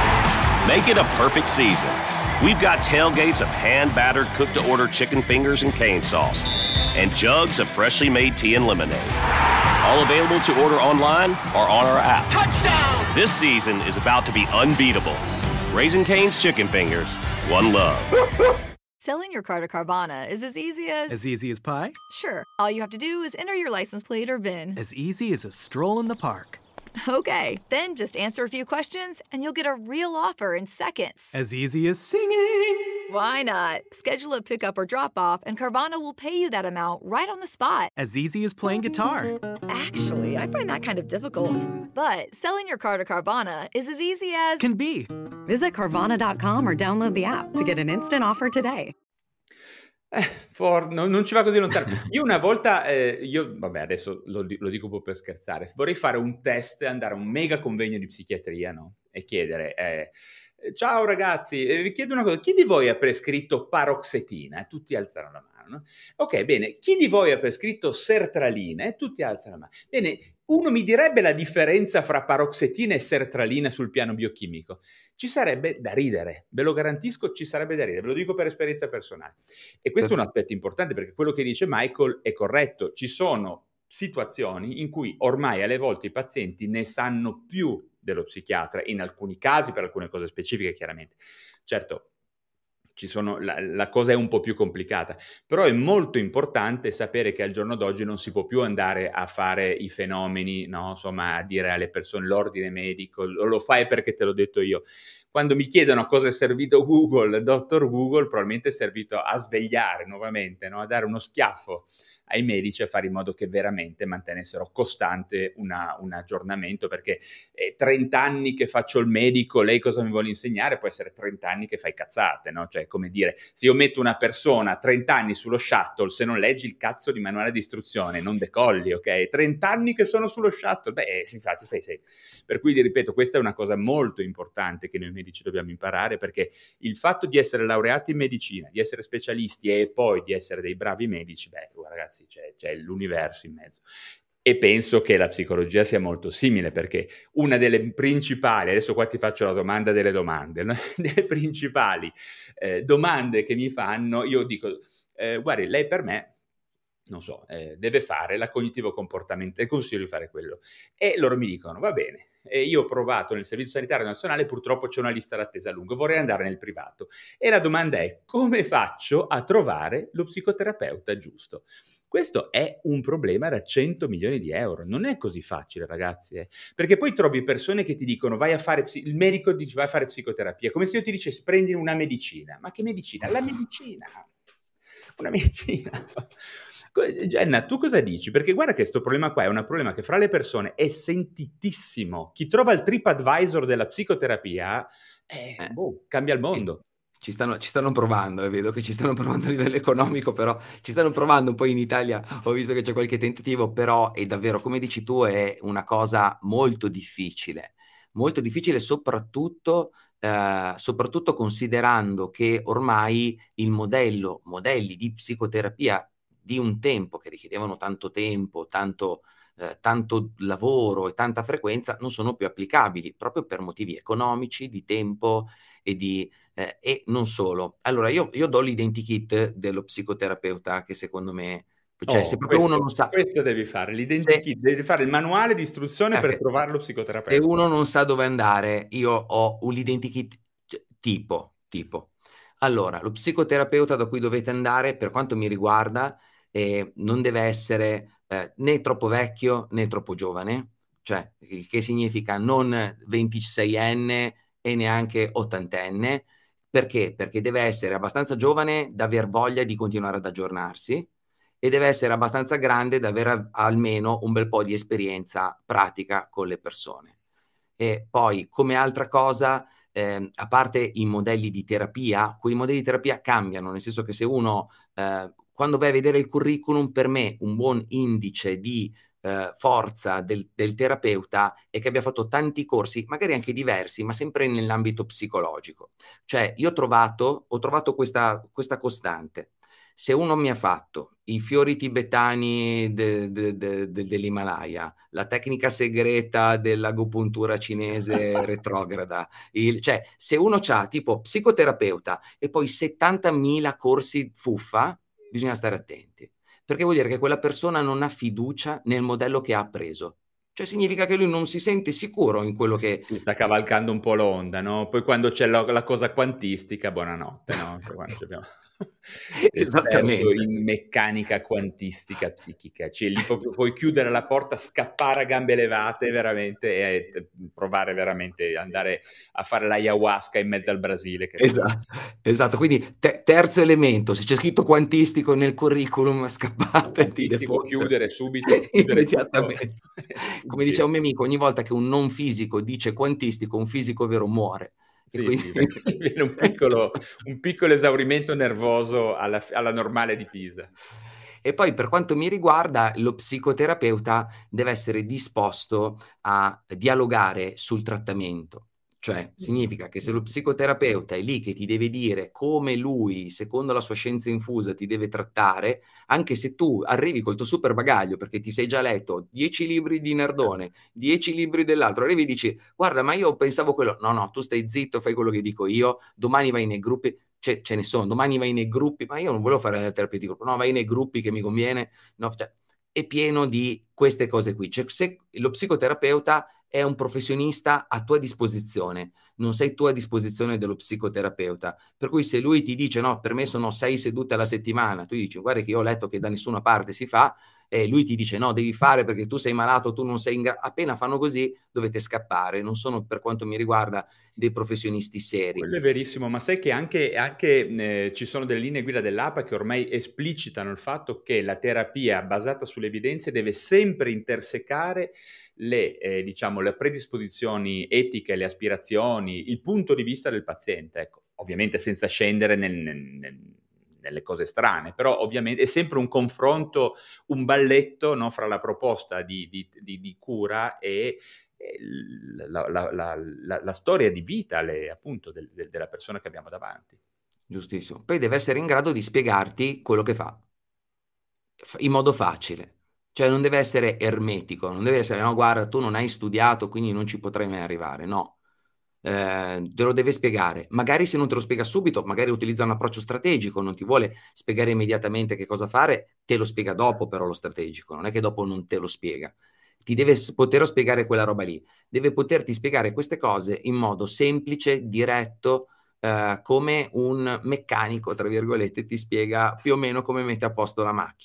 Make it a perfect season. We've got tailgates of hand-battered, cooked-to-order chicken fingers and cane sauce, and jugs of freshly made tea and lemonade. All available to order online or on our app. Touchdown! This season is about to be unbeatable. Raising Cane's Chicken Fingers, one love. Selling your car to Carvana is as easy as... As easy as pie? Sure. All you have to do is enter your license plate or V I N. As easy as a stroll in the park. Okay, then just answer a few questions and you'll get a real offer in seconds. As easy as singing. Why not? Schedule a pickup or drop off and Carvana will pay you that amount right on the spot. As easy as playing guitar. Actually, I find that kind of difficult. But selling your car to Carvana is as easy as... Can be. Visit Carvana dot com or download the app to get an instant offer today. Eh, for, no, non ci va così lontano. Io una volta, eh, io, vabbè, adesso lo, lo dico un po' per scherzare, vorrei fare un test, andare a un mega convegno di psichiatria, no? E chiedere, eh, ciao ragazzi, eh, vi chiedo una cosa, chi di voi ha prescritto paroxetina? E tutti alzano la mano, no? Ok, bene, chi di voi ha prescritto sertralina? E tutti alzano la mano. Bene, uno mi direbbe la differenza fra paroxetina e sertralina sul piano biochimico. Ci sarebbe da ridere, ve lo garantisco, ci sarebbe da ridere, ve lo dico per esperienza personale. E questo è un aspetto importante perché quello che dice Michael è corretto. Ci sono situazioni in cui ormai alle volte i pazienti ne sanno più dello psichiatra, in alcuni casi per alcune cose specifiche chiaramente. Certo, ci sono, la, la cosa è un po' più complicata, però è molto importante sapere che al giorno d'oggi non si può più andare a fare i fenomeni, no? Insomma, a dire alle persone l'ordine medico, lo, lo fai perché te l'ho detto io. Quando mi chiedono a cosa è servito Google, dottor Google probabilmente è servito a svegliare nuovamente, no? A dare uno schiaffo ai medici, a fare in modo che veramente mantenessero costante una, un aggiornamento, perché eh, trenta anni che faccio il medico, lei cosa mi vuole insegnare? Può essere trenta anni che fai cazzate, no? Cioè, come dire, se io metto una persona trenta anni sullo shuttle, se non leggi il cazzo di manuale di istruzione, non decolli, ok? trenta anni che sono sullo shuttle, beh, sì, infatti, sei, sei. Per cui, ripeto, questa è una cosa molto importante che noi medici dobbiamo imparare, perché il fatto di essere laureati in medicina, di essere specialisti e poi di essere dei bravi medici, beh, ragazzi, C'è, c'è l'universo in mezzo. E penso che la psicologia sia molto simile, perché una delle principali, adesso qua ti faccio la domanda delle domande, no? delle principali eh, domande che mi fanno, io dico, eh, guardi, lei per me, non so, eh, deve fare la cognitivo-comportamentale, consiglio di fare quello. E loro mi dicono, va bene, e io ho provato nel Servizio Sanitario Nazionale, purtroppo c'è una lista d'attesa lunga, vorrei andare nel privato. E la domanda è, come faccio a trovare lo psicoterapeuta giusto? Questo è un problema da cento milioni di euro, non è così facile, ragazzi, eh. Perché poi trovi persone che ti dicono vai a fare, psi- il medico dice vai a fare psicoterapia, come se io ti dicessi prendi una medicina. Ma che medicina? La medicina! Una medicina! Jenna, tu cosa dici? Perché guarda che questo problema qua è un problema che fra le persone è sentitissimo. Chi trova il TripAdvisor della psicoterapia, eh, Eh, boh, cambia il mondo. Ci stanno, ci stanno provando, e vedo che ci stanno provando a livello economico, però ci stanno provando un po' in Italia, ho visto che c'è qualche tentativo, però è davvero, come dici tu, è una cosa molto difficile, molto difficile soprattutto, eh, soprattutto considerando che ormai il modello, modelli di psicoterapia di un tempo, che richiedevano tanto tempo, tanto, eh, tanto lavoro e tanta frequenza, non sono più applicabili, proprio per motivi economici, di tempo e di... Eh, e non solo. Allora, io, io do l'identikit dello psicoterapeuta, che secondo me, cioè, Oh, se proprio questo, uno non sa... questo devi fare, l'identikit, se, devi fare il manuale di istruzione per eh, trovare lo se psicoterapeuta. uno non sa dove andare, io ho un l'identikit tipo, tipo. Allora, lo psicoterapeuta da cui dovete andare, per quanto mi riguarda, eh, non deve essere eh, né troppo vecchio né troppo giovane, cioè, il che significa non ventiseienne e neanche ottantenne. Perché? Perché deve essere abbastanza giovane da aver voglia di continuare ad aggiornarsi e deve essere abbastanza grande da avere almeno un bel po' di esperienza pratica con le persone. E poi, come altra cosa, eh, a parte i modelli di terapia, quei modelli di terapia cambiano, nel senso che se uno, eh, quando vai a vedere il curriculum, per me un buon indice di eh, forza del, del terapeuta è che abbia fatto tanti corsi, magari anche diversi, ma sempre nell'ambito psicologico. Cioè, io ho trovato, ho trovato questa, questa costante. Se uno mi ha fatto i fiori tibetani de, de, de, de, dell'Himalaya, la tecnica segreta dell'agopuntura cinese retrograda, il, cioè se uno ha tipo psicoterapeuta e poi settantamila corsi fuffa, bisogna stare attenti, perché vuol dire che quella persona non ha fiducia nel modello che ha appreso. Cioè significa che lui non si sente sicuro in quello che... Si sta cavalcando un po' l'onda, no? Poi quando c'è la, la cosa quantistica, buonanotte, no? Cioè, quando abbiamo... esperto in meccanica quantistica psichica, cioè lì proprio puoi chiudere la porta, scappare a gambe levate veramente e, e provare veramente andare a fare l'ayahuasca in mezzo al Brasile. Che esatto, esatto, quindi te- terzo elemento, se c'è scritto quantistico nel curriculum, scappate di default. Chiudere subito, chiudere immediatamente. Come diceva un mio amico, ogni volta che un non fisico dice quantistico, un fisico vero muore. Sì, quindi... sì, viene un piccolo, un piccolo esaurimento nervoso alla, alla normale di Pisa. E poi per quanto mi riguarda, lo psicoterapeuta deve essere disposto a dialogare sul trattamento. Cioè, significa che se lo psicoterapeuta è lì che ti deve dire come lui, secondo la sua scienza infusa, ti deve trattare, anche se tu arrivi col tuo super bagaglio perché ti sei già letto dieci libri di Nardone, dieci libri dell'altro, arrivi e dici, guarda, ma io pensavo quello. No, no, tu stai zitto, fai quello che dico io, domani vai nei gruppi, ce, ce ne sono, domani vai nei gruppi, ma io non volevo fare la terapia di gruppo, no, vai nei gruppi che mi conviene, no, cioè, è pieno di queste cose qui. Cioè, se lo psicoterapeuta è un professionista a tua disposizione, non sei tu a disposizione dello psicoterapeuta, per cui se lui ti dice no, per me sono sei sedute alla settimana, tu dici guarda che io ho letto che da nessuna parte si fa, e lui ti dice no, devi fare perché tu sei malato, tu non sei in grado, appena fanno così dovete scappare, non sono per quanto mi riguarda dei professionisti seri. Quello è verissimo, ma sai che anche, anche eh, ci sono delle linee guida dell'A P A che ormai esplicitano il fatto che la terapia basata sulle evidenze deve sempre intersecare le, eh, diciamo, le predisposizioni etiche, le aspirazioni, il punto di vista del paziente, ecco, ovviamente senza scendere nel, nel, nel, nelle cose strane, però ovviamente è sempre un confronto, un balletto, no, fra la proposta di, di, di, di cura e La, la, la, la, la storia di vita le, appunto del, del, della persona che abbiamo davanti. Giustissimo. Poi deve essere in grado di spiegarti quello che fa in modo facile, cioè non deve essere ermetico, non deve essere no guarda tu non hai studiato quindi non ci potrai mai arrivare, no, eh, te lo deve spiegare, magari se non te lo spiega subito, magari utilizza un approccio strategico, non ti vuole spiegare immediatamente che cosa fare, te lo spiega dopo però lo strategico, non è che dopo non te lo spiega. Ti deve poter spiegare quella roba lì, deve poterti spiegare queste cose in modo semplice, diretto, eh, come un meccanico, tra virgolette, ti spiega più o meno come mette a posto la macchina.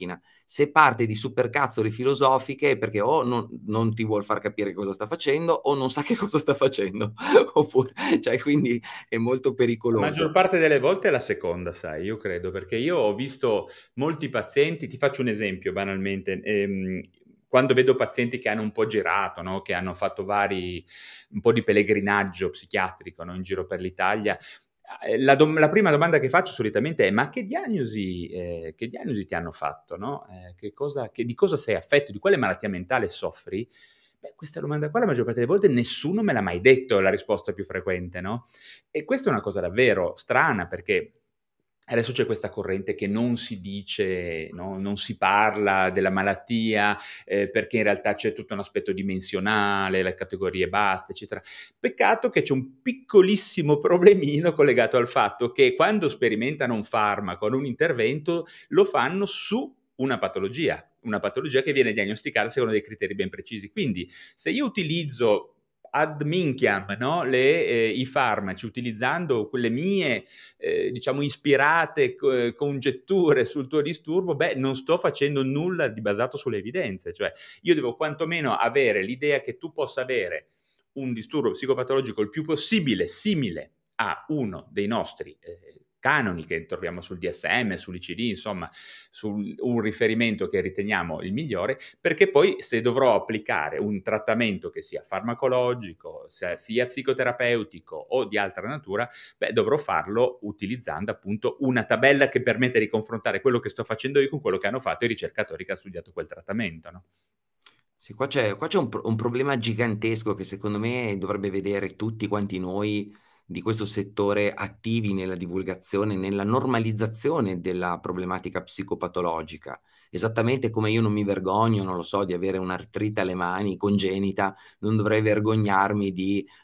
se parte di supercazzole filosofiche è perché o non, non ti vuol far capire cosa sta facendo o non sa che cosa sta facendo, oppure, cioè, quindi è molto La pericoloso. maggior parte delle volte è la seconda, sai, io credo, perché io ho visto molti pazienti, ti faccio un esempio banalmente, ehm, quando vedo pazienti che hanno un po' girato, no? Che hanno fatto vari, un po' di pellegrinaggio psichiatrico, no? In giro per l'Italia, eh, la, dom- la prima domanda che faccio solitamente è: ma che diagnosi, eh, che diagnosi ti hanno fatto, no? Eh, che cosa, che- di cosa sei affetto, di quale malattia mentale soffri? Beh, questa domanda qua la maggior parte delle volte nessuno me l'ha mai detto, è la risposta più frequente, no? E questa è una cosa davvero strana, perché adesso c'è questa corrente che non si dice, no? Non si parla della malattia, eh, perché in realtà c'è tutto un aspetto dimensionale, le categorie basse, eccetera. Peccato che c'è un piccolissimo problemino collegato al fatto che quando sperimentano un farmaco, un intervento, lo fanno su una patologia, una patologia che viene diagnosticata secondo dei criteri ben precisi. Quindi se io utilizzo ad minchiam, no? Le, eh, i farmaci, utilizzando quelle mie, eh, diciamo, ispirate co- congetture sul tuo disturbo, beh, non sto facendo nulla di basato sulle evidenze. Cioè, io devo quantomeno avere l'idea che tu possa avere un disturbo psicopatologico il più possibile simile a uno dei nostri eh, canoni che troviamo sul D S M, sull'I C D, insomma, su un riferimento che riteniamo il migliore, perché poi se dovrò applicare un trattamento che sia farmacologico, sia, sia psicoterapeutico o di altra natura, beh, dovrò farlo utilizzando appunto una tabella che permette di confrontare quello che sto facendo io con quello che hanno fatto i ricercatori che hanno studiato quel trattamento, no? Sì, qua c'è, qua c'è un, pro- un problema gigantesco che secondo me dovrebbe vedere tutti quanti noi di questo settore attivi nella divulgazione, nella normalizzazione della problematica psicopatologica. Esattamente come io non mi vergogno, non lo so, di avere un'artrite alle mani congenita, non dovrei vergognarmi di eh,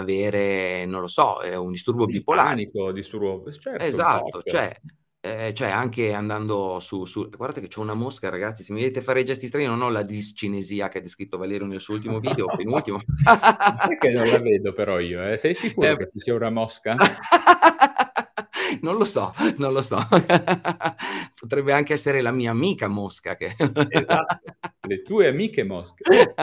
avere, non lo so, eh, un disturbo Il bipolare. panico, disturbo, certo, il Esatto, T O C. cioè, eh, cioè anche andando su, su... Guardate che c'ho una mosca, ragazzi, se mi vedete fare i gesti strani non ho la discinesia che ha descritto Valerio nel suo ultimo video, penultimo. Sai che non la vedo però io, eh? Sei sicuro Eh, che ci sia una mosca? Non lo so, non lo so. Potrebbe anche essere la mia amica mosca che... Esatto, le tue amiche mosche.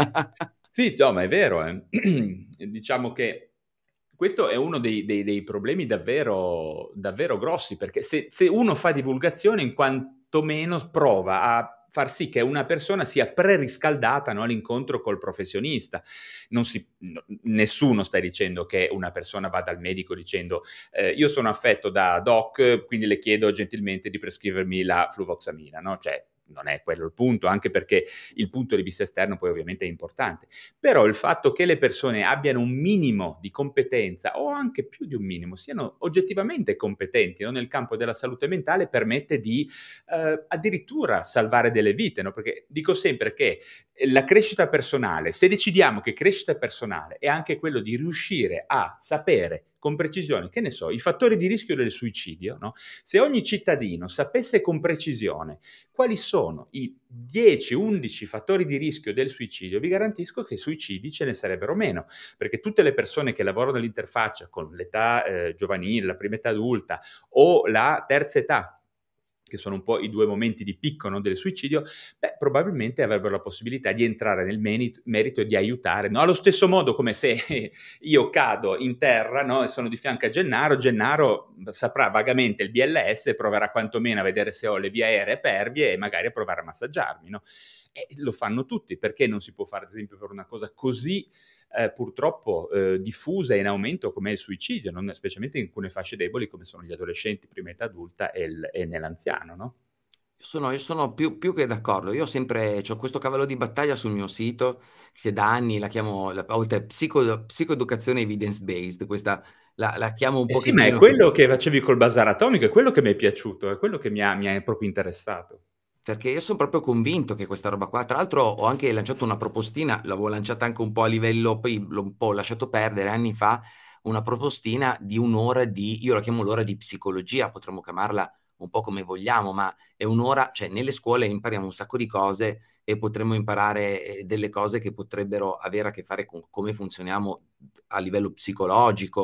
Sì, no, ma è vero, eh. Diciamo che questo è uno dei, dei- dei problemi davvero, davvero grossi, perché se, se uno fa divulgazione, in quanto meno prova a far sì che una persona sia preriscaldata, no, all'incontro col professionista. Non si, no, nessuno sta dicendo che una persona va dal medico dicendo eh, io sono affetto da doc, quindi le chiedo gentilmente di prescrivermi la fluvoxamina, no? Cioè, non è quello il punto, anche perché il punto di vista esterno poi ovviamente è importante. Però il fatto che le persone abbiano un minimo di competenza o anche più di un minimo, siano oggettivamente competenti, no, nel campo della salute mentale, permette di eh, addirittura salvare delle vite, no? Perché dico sempre che la crescita personale, se decidiamo che crescita personale è anche quello di riuscire a sapere con precisione, che ne so, i fattori di rischio del suicidio, no? Se ogni cittadino sapesse con precisione quali sono i dieci undici fattori di rischio del suicidio, vi garantisco che suicidi ce ne sarebbero meno, perché tutte le persone che lavorano all'interfaccia con l'età eh, giovanile, la prima età adulta o la terza età, che sono un po' i due momenti di picco, no, del suicidio, beh, probabilmente avrebbero la possibilità di entrare nel merito, merito e di aiutare, no? Allo stesso modo come se io cado in terra, no, e sono di fianco a Gennaro, Gennaro saprà vagamente il B L S e proverà quantomeno a vedere se ho le vie aeree pervie e magari a provare a massaggiarmi, no? E lo fanno tutti, perché non si può fare, ad esempio, per una cosa così eh, purtroppo eh, diffusa e in aumento come il suicidio, non? Specialmente in alcune fasce deboli come sono gli adolescenti, prima età adulta e, il, e nell'anziano, no? Io sono, io sono più, più che d'accordo. Io ho sempre ho questo cavallo di battaglia sul mio sito, che da anni la chiamo, la, oltre psico, psicoeducazione evidence-based, questa la, la chiamo un Eh sì, ma è pochettino... quello che facevi col bazar atomico, è quello che mi è piaciuto, è quello che mi ha, mi ha proprio interessato. Perché io sono proprio convinto che questa roba qua, tra l'altro ho anche lanciato una propostina, l'avevo lanciata anche un po' a livello, poi l'ho un po' lasciato perdere anni fa, una propostina di un'ora di, io la chiamo l'ora di psicologia, potremmo chiamarla un po' come vogliamo, ma è un'ora, cioè nelle scuole impariamo un sacco di cose e potremmo imparare eh, delle cose che potrebbero avere a che fare con come funzioniamo a livello psicologico,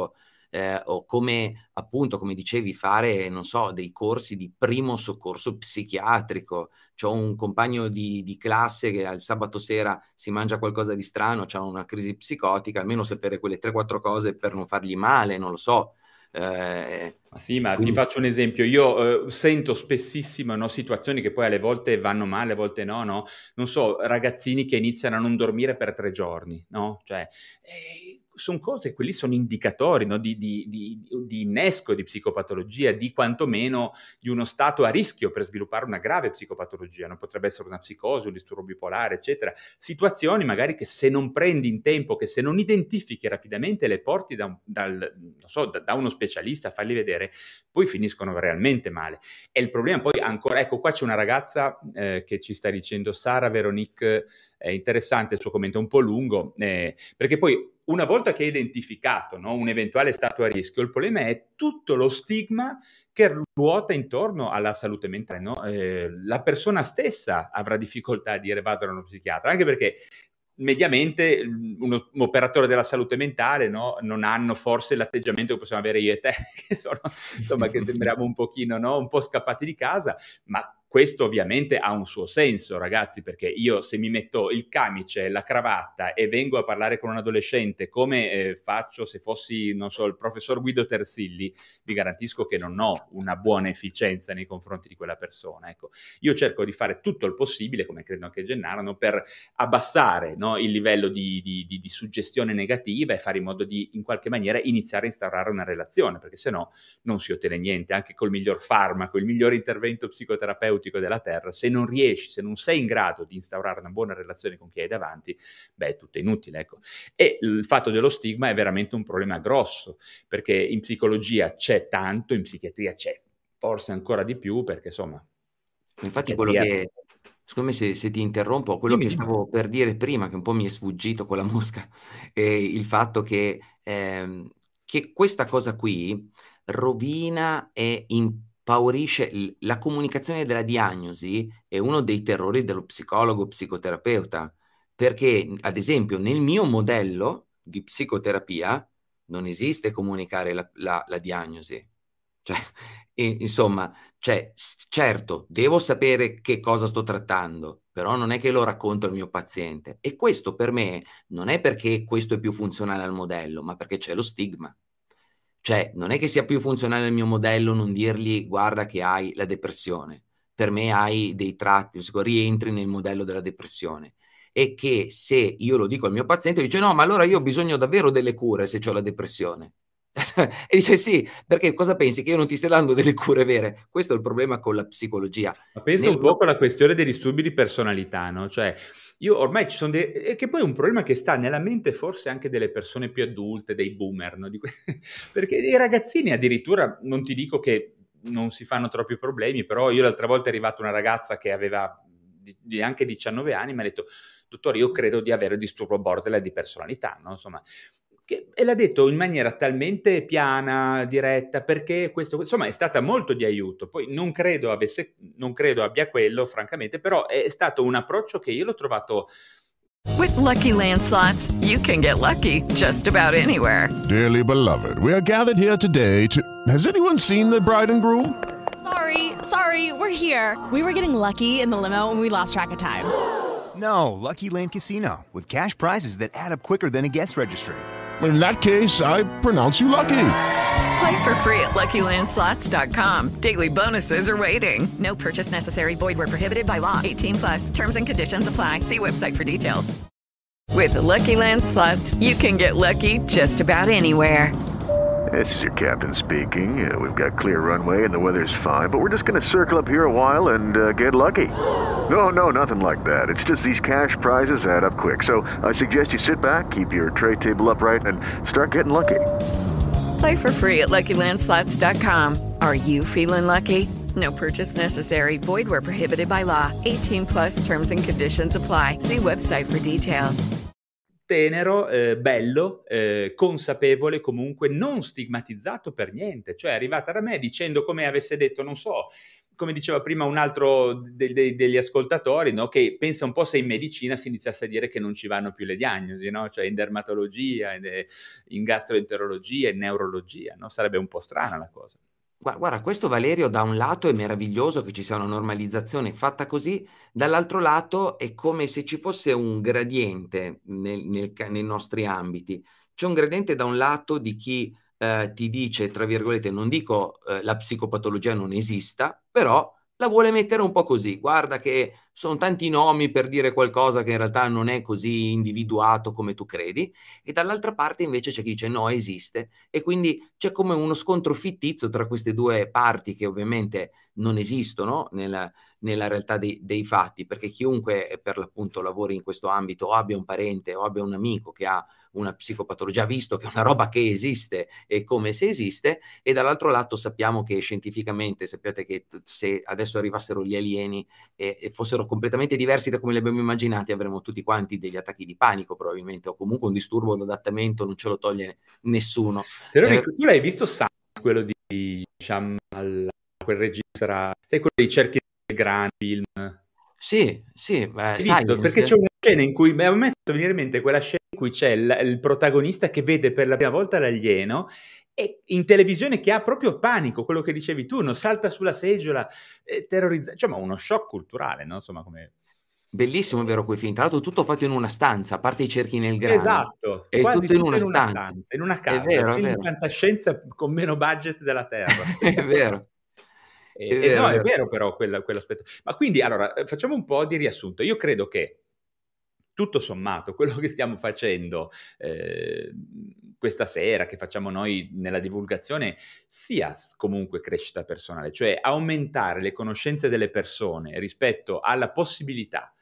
eh, o come appunto, come dicevi, fare, non so, dei corsi di primo soccorso psichiatrico. C'ho un compagno di, di classe che al sabato sera si mangia qualcosa di strano, c'ha una crisi psicotica, almeno sapere quelle tre quattro cose per non fargli male, non lo so. Eh, Ma sì, ma quindi... ti faccio un esempio. Io eh, sento spessissimo, no, situazioni che poi alle volte vanno male, a volte no, no? Non so, ragazzini che iniziano a non dormire per tre giorni, no? Cioè, eh, sono cose, quelli sono indicatori, no? di, di, di, di innesco di psicopatologia, di quantomeno di uno stato a rischio per sviluppare una grave psicopatologia, no? Potrebbe essere una psicosi, un disturbo bipolare, eccetera. Situazioni magari che se non prendi in tempo, che se non identifichi rapidamente, le porti da, un, dal, non so, da, da uno specialista a farli vedere, poi finiscono realmente male. E il problema poi ancora, ecco qua c'è una ragazza eh, che ci sta dicendo, Sara Veronique, è interessante il suo commento, un po' lungo, eh, perché poi una volta che hai identificato, no, un eventuale stato a rischio, il problema è tutto lo stigma che ruota intorno alla salute mentale, no? Eh, la persona stessa avrà difficoltà a dire vado da uno psichiatra, anche perché mediamente uno, un operatore della salute mentale, no, non hanno forse l'atteggiamento che possiamo avere io e te, che sono, insomma, che sembriamo un pochino, no, un po' scappati di casa, ma questo ovviamente ha un suo senso, ragazzi, perché io se mi metto il camice, la cravatta e vengo a parlare con un adolescente come eh, faccio se fossi, non so, il professor Guido Tersilli, vi garantisco che non ho una buona efficienza nei confronti di quella persona. Ecco, io cerco di fare tutto il possibile, come credo anche Gennaro, no, per abbassare, no, il livello di, di, di, di suggestione negativa e fare in modo di, in qualche maniera, iniziare a instaurare una relazione, perché se no non si ottiene niente, anche col miglior farmaco, il miglior intervento psicoterapeutico della terra, se non riesci, se non sei in grado di instaurare una buona relazione con chi hai davanti, beh, è tutto inutile, ecco. E il fatto dello stigma è veramente un problema grosso, perché in psicologia c'è tanto, in psichiatria c'è forse ancora di più, perché insomma... Infatti quello che, secondo me, se, se ti interrompo, quello dimmi, che dimmi. stavo per dire prima, che un po' mi è sfuggito con la mosca, è il fatto che, ehm, che questa cosa qui rovina e impaurisce l- la comunicazione della diagnosi, è uno dei terrori dello psicologo, psicoterapeuta, perché ad esempio nel mio modello di psicoterapia non esiste comunicare la, la, la diagnosi. Cioè, e, insomma, cioè, s- certo, devo sapere che cosa sto trattando, però non è che lo racconto al mio paziente. E questo per me non è perché questo è più funzionale al modello, ma perché c'è lo stigma. Cioè, non è che sia più funzionale al mio modello non dirgli guarda che hai la depressione. Per me hai dei tratti, rientri nel modello della depressione. E che se io lo dico al mio paziente, dice no, ma allora io ho bisogno davvero delle cure se ho la depressione. E dice sì, perché cosa pensi? Che io non ti stia dando delle cure vere? Questo è il problema con la psicologia. Ma pensa Nel... un po' con la questione dei disturbi di personalità, no? Cioè, io ormai ci sono dei... e che poi è un problema che sta nella mente forse anche delle persone più adulte, dei boomer, no? Di que... perché i ragazzini addirittura, non ti dico che non si fanno troppi problemi, però io l'altra volta è arrivata una ragazza che aveva di, di anche diciannove anni, mi ha detto, dottore, io credo di avere disturbo borderline di personalità, no? Insomma... Che, e l'ha detto in maniera talmente piana, diretta, perché questo, insomma, è stata molto di aiuto. Poi non credo avesse, non credo abbia quello, francamente, però è stato un approccio che io l'ho trovato. With Lucky Land Slots, you can get lucky just about anywhere. Dearly beloved, we are gathered here today to... Has anyone seen the bride and groom? Sorry, sorry, we're here. We were getting lucky in the limo and we lost track of time. No, Lucky Land Casino, with cash prizes that add up quicker than a guest registry. In that case, I pronounce you lucky. Play for free at Lucky Land Slots dot com. Daily bonuses are waiting. No purchase necessary. Void where prohibited by law. eighteen plus. Terms and conditions apply. See website for details. With the Lucky Land Slots, you can get lucky just about anywhere. This is your captain speaking. Uh, we've got clear runway and the weather's fine, but we're just going to circle up here a while and uh, get lucky. No, no, nothing like that. It's just these cash prizes add up quick. So I suggest you sit back, keep your tray table upright, and start getting lucky. Play for free at Lucky Land Slots dot com. Are you feeling lucky? No purchase necessary. Void where prohibited by law. eighteen plus terms and conditions apply. See website for details. Tenero, eh, bello, eh, consapevole, comunque non stigmatizzato per niente, cioè è arrivata da me dicendo come avesse detto, non so, come diceva prima un altro de- de- degli ascoltatori, no? Che pensa un po' se in medicina si iniziasse a dire che non ci vanno più le diagnosi, no? Cioè in dermatologia, in, in gastroenterologia, in neurologia, no? Sarebbe un po' strana la cosa. Guarda, questo Valerio da un lato è meraviglioso che ci sia una normalizzazione fatta così, dall'altro lato è come se ci fosse un gradiente nel, nel, nei nostri ambiti. C'è un gradiente da un lato di chi eh, ti dice, tra virgolette, non dico eh, la psicopatologia non esista, però la vuole mettere un po' così. Guarda che sono tanti nomi per dire qualcosa che in realtà non è così individuato come tu credi, e dall'altra parte invece c'è chi dice no, esiste, e quindi c'è come uno scontro fittizio tra queste due parti che ovviamente non esistono nella, nella realtà dei, dei fatti, perché chiunque per l'appunto lavori in questo ambito o abbia un parente o abbia un amico che ha una psicopatologia, visto che è una roba che esiste e come se esiste, e dall'altro lato sappiamo che scientificamente, sappiate che se adesso arrivassero gli alieni e, e fossero completamente diversi da come li abbiamo immaginati, avremmo tutti quanti degli attacchi di panico probabilmente, o comunque un disturbo d'adattamento, non ce lo toglie nessuno. Però Eh, tu l'hai visto, Sam, quello di Shyamalan, quel regista, sai, quello dei cerchi del grandi film? Sì, sì, beh, Hai visto? Silence. Perché c'è una scena in cui, a me è fatto venire in mente quella scena in cui c'è il, il protagonista che vede per la prima volta l'alieno e in televisione che ha proprio panico, quello che dicevi tu, non salta sulla seggiola, eh, terrorizzato, cioè ma uno shock culturale, no? Insomma, come... Bellissimo, è vero, quei film. Tra l'altro tutto fatto in una stanza, a parte i cerchi nel grano. Esatto, È quasi tutto in tutto una in una stanza. stanza, in una casa, È vero, è film di vero. fantascienza con meno budget della Terra. È vero. E, È e vero, no, è è vero. vero però quella- quell'aspetto. Ma quindi, allora, eh, facciamo un po' di riassunto. Io credo che, tutto sommato, quello che stiamo facendo eh, questa sera, che facciamo noi nella divulgazione, sia s- comunque crescita personale, cioè aumentare le conoscenze delle persone rispetto alla possibilità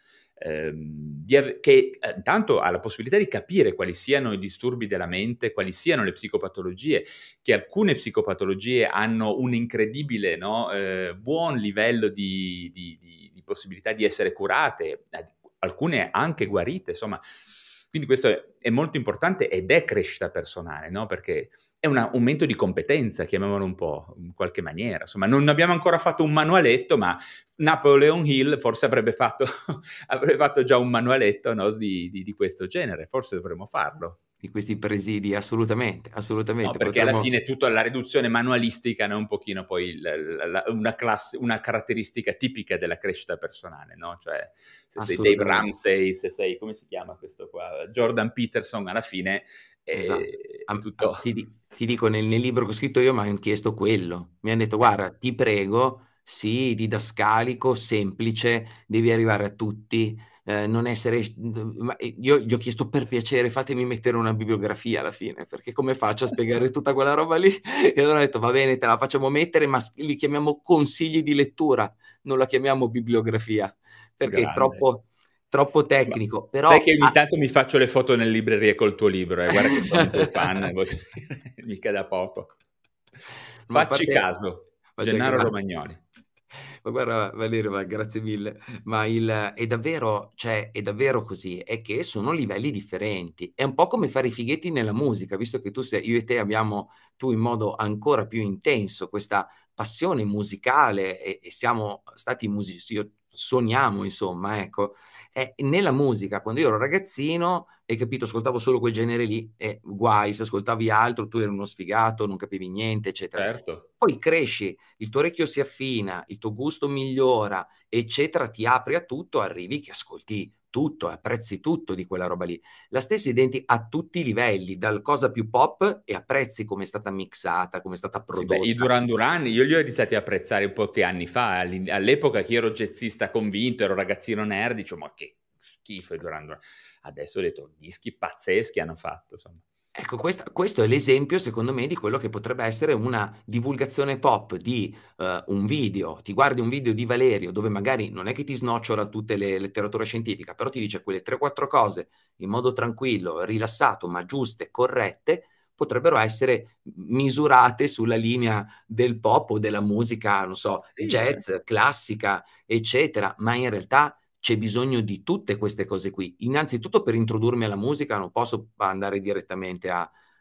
ehm, di ave- che eh, intanto ha la possibilità di capire quali siano i disturbi della mente, quali siano le psicopatologie, che alcune psicopatologie hanno un incredibile, no, eh, buon livello di, di- di- di possibilità di essere curate, eh, alcune anche guarite, insomma. Quindi questo è, è molto importante ed è crescita personale, no? Perché è un aumento di competenza, chiamiamolo un po', in qualche maniera. Insomma, non abbiamo ancora fatto un manualetto, ma Napoleon Hill forse avrebbe fatto, avrebbe fatto già un manualetto, no, di, di- di questo genere. Forse dovremmo farlo. Di questi presidi, assolutamente, No, assolutamente. perché alla Potremmo... fine tutta la riduzione manualistica è un pochino poi la- la- la- una, classe, una caratteristica tipica della crescita personale, no? Cioè, se sei Dave Assolutamente. Ramsey, se sei, come si chiama questo qua? Jordan Peterson, alla fine è, Esatto. è Am- tutto... Ti, di- ti dico, nel, nel libro che ho scritto io mi hanno chiesto quello. Mi hanno detto, guarda, ti prego, sì, didascalico, semplice, devi arrivare a tutti, eh, non essere... ma io gli ho chiesto per piacere, fatemi mettere una bibliografia alla fine, perché come faccio a spiegare tutta quella roba lì? E allora ho detto, va bene, te la facciamo mettere, ma s- li chiamiamo consigli di lettura, non la chiamiamo bibliografia, perché è Grande. troppo, troppo Ma tecnico. Però... sai che ogni ah, tanto mi faccio le foto nelle librerie col tuo libro, eh? Guarda che sono un tuo fan, voglio dire, mica da poco. ma a Facci parte... caso, ma c'è Gennaro gra- Romagnoli. Ma guarda Valerio, ma grazie mille, ma il, è davvero, cioè, è davvero così, è che sono livelli differenti, è un po' come fare i fighetti nella musica, visto che tu sei, io e te abbiamo, tu in modo ancora più intenso, questa passione musicale e, e siamo stati musici, io suoniamo insomma, ecco, e nella musica, quando io ero ragazzino, hai capito, ascoltavo solo quel genere lì, e guai, se ascoltavi altro tu eri uno sfigato, non capivi niente, eccetera. Certo. Poi cresci, il tuo orecchio si affina, il tuo gusto migliora, eccetera, ti apri a tutto, arrivi che ascolti tutto, apprezzi tutto di quella roba lì. La stessa identica a tutti i livelli, dal cosa più pop e apprezzi come è stata mixata, come è stata Sì, beh, prodotta. i Duran Duran io li ho iniziati a apprezzare pochi anni fa, all'in- all'epoca che io ero jazzista convinto, ero ragazzino nerd, dicevo ma che schifo i Duran Duran. Adesso ho detto dischi pazzeschi hanno fatto, insomma. Ecco, questa- questo è l'esempio, secondo me, di quello che potrebbe essere una divulgazione pop di eh, un video. Ti guardi un video di Valerio dove magari non è che ti snocciola tutte le letterature scientifiche, però ti dice quelle tre quattro cose in modo tranquillo, rilassato, ma giuste, corrette, potrebbero essere misurate sulla linea del pop o della musica, non so, Sì, jazz, classica, eccetera, ma in realtà c'è bisogno di tutte queste cose qui. Innanzitutto per introdurmi alla musica non posso andare direttamente a,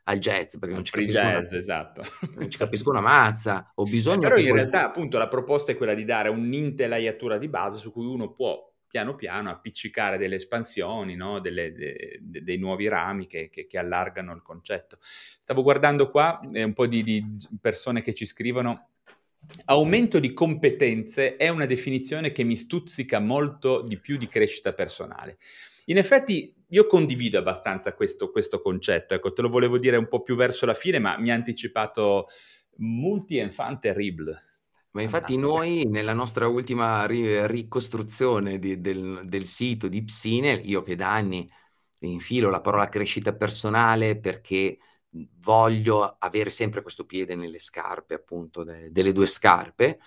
al jazz, perché non ci Free capisco jazz, una, esatto. non ci capisco una mazza, ho Eh, bisogno però che in qualcuno... realtà appunto la proposta è quella di dare un'intelaiatura di base su cui uno può piano piano appiccicare delle espansioni, no? Delle, de, de, dei nuovi rami che, che, che allargano il concetto. Stavo guardando qua eh, un po' di, di persone che ci scrivono. Aumento di competenze è una definizione che mi stuzzica molto di più di crescita personale. In effetti io condivido abbastanza questo, questo concetto, ecco, te lo volevo dire un po' più verso la fine, ma mi ha anticipato multi-enfant terrible. Ma infatti noi nella nostra ultima ri- ricostruzione di- del, del sito di Psyne, io che da anni infilo la parola crescita personale perché voglio avere sempre questo piede nelle scarpe, appunto, de- delle due scarpe,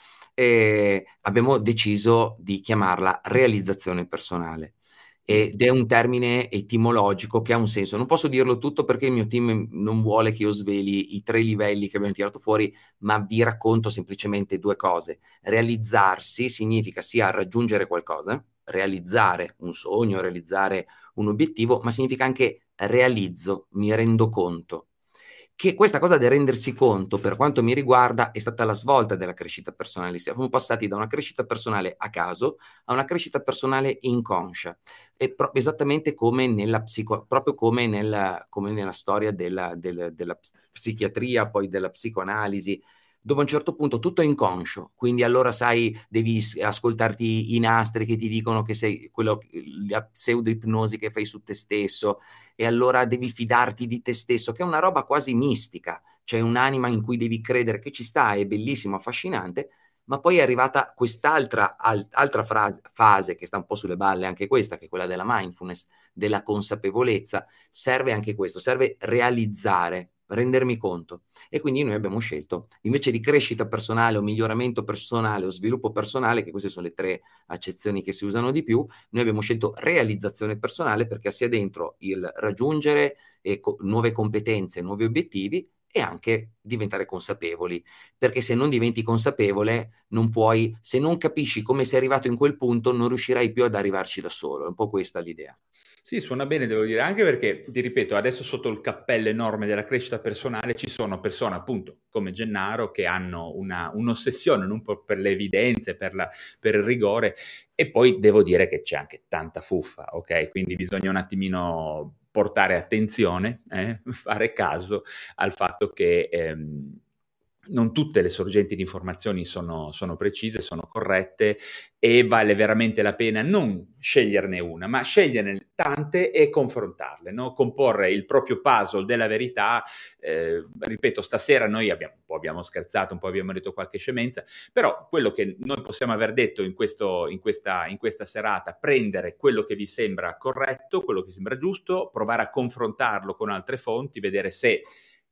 e abbiamo deciso di chiamarla realizzazione personale. Ed è un termine etimologico che ha un senso. Non posso dirlo tutto perché il mio team non vuole che io sveli i tre livelli che abbiamo tirato fuori, ma vi racconto semplicemente due cose. Realizzarsi significa sia raggiungere qualcosa, realizzare un sogno, realizzare un obiettivo, ma significa anche realizzo, mi rendo conto. Che questa cosa del rendersi conto, per quanto mi riguarda, è stata la svolta della crescita personale. Siamo passati da una crescita personale a caso a una crescita personale inconscia. È pro- esattamente come nella psico- proprio come nella, come nella storia della, del, della psichiatria, poi della psicoanalisi, dove a un certo punto tutto è inconscio, quindi allora sai, devi ascoltarti i nastri che ti dicono che sei quello, la pseudo-ipnosi che fai su te stesso, e allora devi fidarti di te stesso, che è una roba quasi mistica, c'è un'anima in cui devi credere, che ci sta, è bellissimo, affascinante, ma poi è arrivata quest'altra al, altra frase, fase che sta un po' sulle balle, anche questa, che è quella della mindfulness, della consapevolezza. Serve anche questo, serve realizzare, rendermi conto. E quindi noi abbiamo scelto, invece di crescita personale o miglioramento personale o sviluppo personale, che queste sono le tre accezioni che si usano di più, noi abbiamo scelto realizzazione personale perché sia dentro il raggiungere eh, co- nuove competenze, nuovi obiettivi, e anche diventare consapevoli, perché se non diventi consapevole non puoi, se non capisci come sei arrivato in quel punto, non riuscirai più ad arrivarci da solo. È un po' questa l'idea. Sì, suona bene, devo dire, anche perché, ti ripeto, adesso sotto il cappello enorme della crescita personale ci sono persone, appunto, come Gennaro, che hanno una, un'ossessione, non po' per le evidenze, per, la, per il rigore, e poi devo dire che c'è anche tanta fuffa, ok? Quindi bisogna un attimino portare attenzione, eh? fare caso al fatto che ehm, non tutte le sorgenti di informazioni sono, sono precise, sono corrette, e vale veramente la pena non sceglierne una, ma sceglierne tante e confrontarle, no? Comporre il proprio puzzle della verità. Eh, ripeto, stasera noi abbiamo un po' abbiamo scherzato, un po' abbiamo detto qualche scemenza, però quello che noi possiamo aver detto in, questo, in, questa, in questa serata, prendere quello che vi sembra corretto, quello che sembra giusto, provare a confrontarlo con altre fonti, vedere se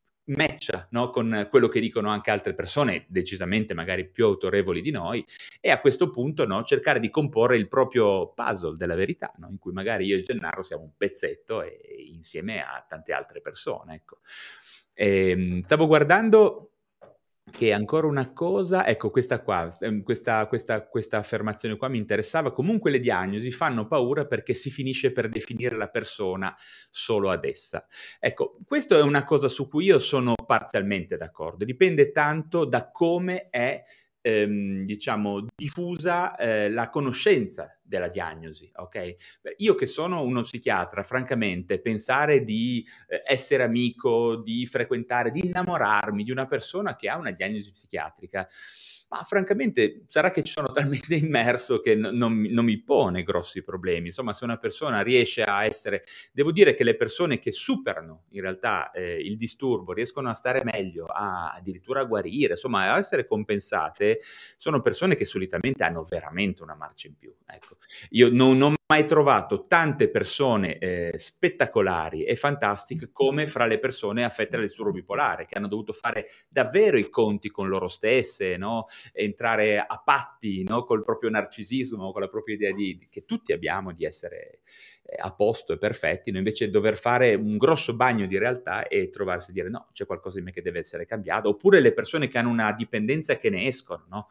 matcha, no, con quello che dicono anche altre persone decisamente magari più autorevoli di noi, e a questo punto, no, cercare di comporre il proprio puzzle della verità, no, in cui magari io e Gennaro siamo un pezzetto e, insieme a tante altre persone, ecco. E, stavo guardando che ancora una cosa, ecco questa qua, questa, questa, questa affermazione qua mi interessava. Comunque le diagnosi fanno paura perché si finisce per definire la persona solo ad essa. Ecco, questa è una cosa su cui io sono parzialmente d'accordo, dipende tanto da come è ehm, diciamo diffusa eh, la conoscenza della diagnosi, ok? Io che sono uno psichiatra, francamente, pensare di eh, essere amico, di frequentare, di innamorarmi di una persona che ha una diagnosi psichiatrica, ma francamente sarà che ci sono talmente immerso che n- non, non mi pone grossi problemi. Insomma, se una persona riesce a essere... Devo dire che le persone che superano in realtà eh, il disturbo, riescono a stare meglio, a addirittura a guarire, insomma a essere compensate, sono persone che solitamente hanno veramente una marcia in più, ecco. Io non ho mai trovato tante persone eh, spettacolari e fantastiche come fra le persone affette dal disturbo bipolare, che hanno dovuto fare davvero i conti con loro stesse, no? Entrare a patti, no? Col proprio narcisismo, con la propria idea di, di, che tutti abbiamo di essere eh, a posto e perfetti, no? Invece dover fare un grosso bagno di realtà e trovarsi a dire no, c'è qualcosa in me che deve essere cambiato, oppure le persone che hanno una dipendenza e che ne escono, no?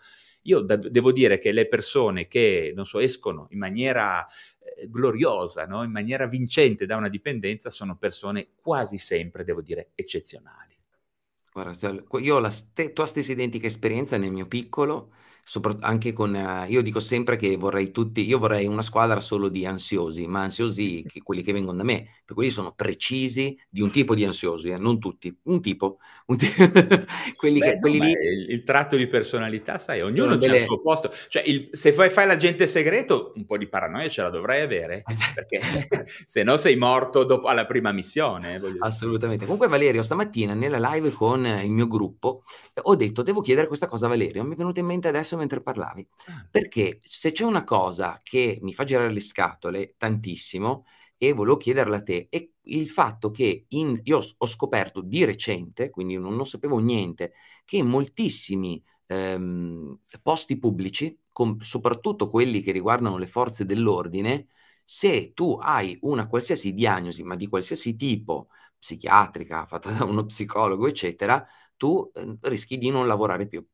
io da- devo dire che le persone che, non so, escono in maniera eh, gloriosa, no? In maniera vincente da una dipendenza, sono persone quasi sempre, devo dire, eccezionali. Guarda, cioè, io ho la ste- tua stessa identica esperienza nel mio piccolo, sopra- anche con, eh, io dico sempre che vorrei tutti, io vorrei una squadra solo di ansiosi, ma ansiosi, che, quelli che vengono da me, per quelli sono precisi di un tipo di ansiosi, eh, non tutti, un tipo, un ti- quelli, Beh, che, no, quelli ma lì il, il tratto di personalità, sai, sono ognuno c'ha il delle... suo posto. Cioè, il- se fai, fai l'agente segreto, un po' di paranoia ce la dovrai avere, perché se no sei morto dopo, alla prima missione, eh, voglio dire. Assolutamente. Comunque Valerio, stamattina nella live con eh, il mio gruppo eh, ho detto devo chiedere questa cosa a Valerio, mi è venuta in mente adesso mentre parlavi, perché se c'è una cosa che mi fa girare le scatole tantissimo e volevo chiederla a te, è il fatto che in- io ho scoperto di recente, quindi non, non sapevo niente, che in moltissimi ehm, posti pubblici, com- soprattutto quelli che riguardano le forze dell'ordine, se tu hai una qualsiasi diagnosi, ma di qualsiasi tipo, psichiatrica, fatta da uno psicologo, eccetera, tu eh, rischi di non lavorare più.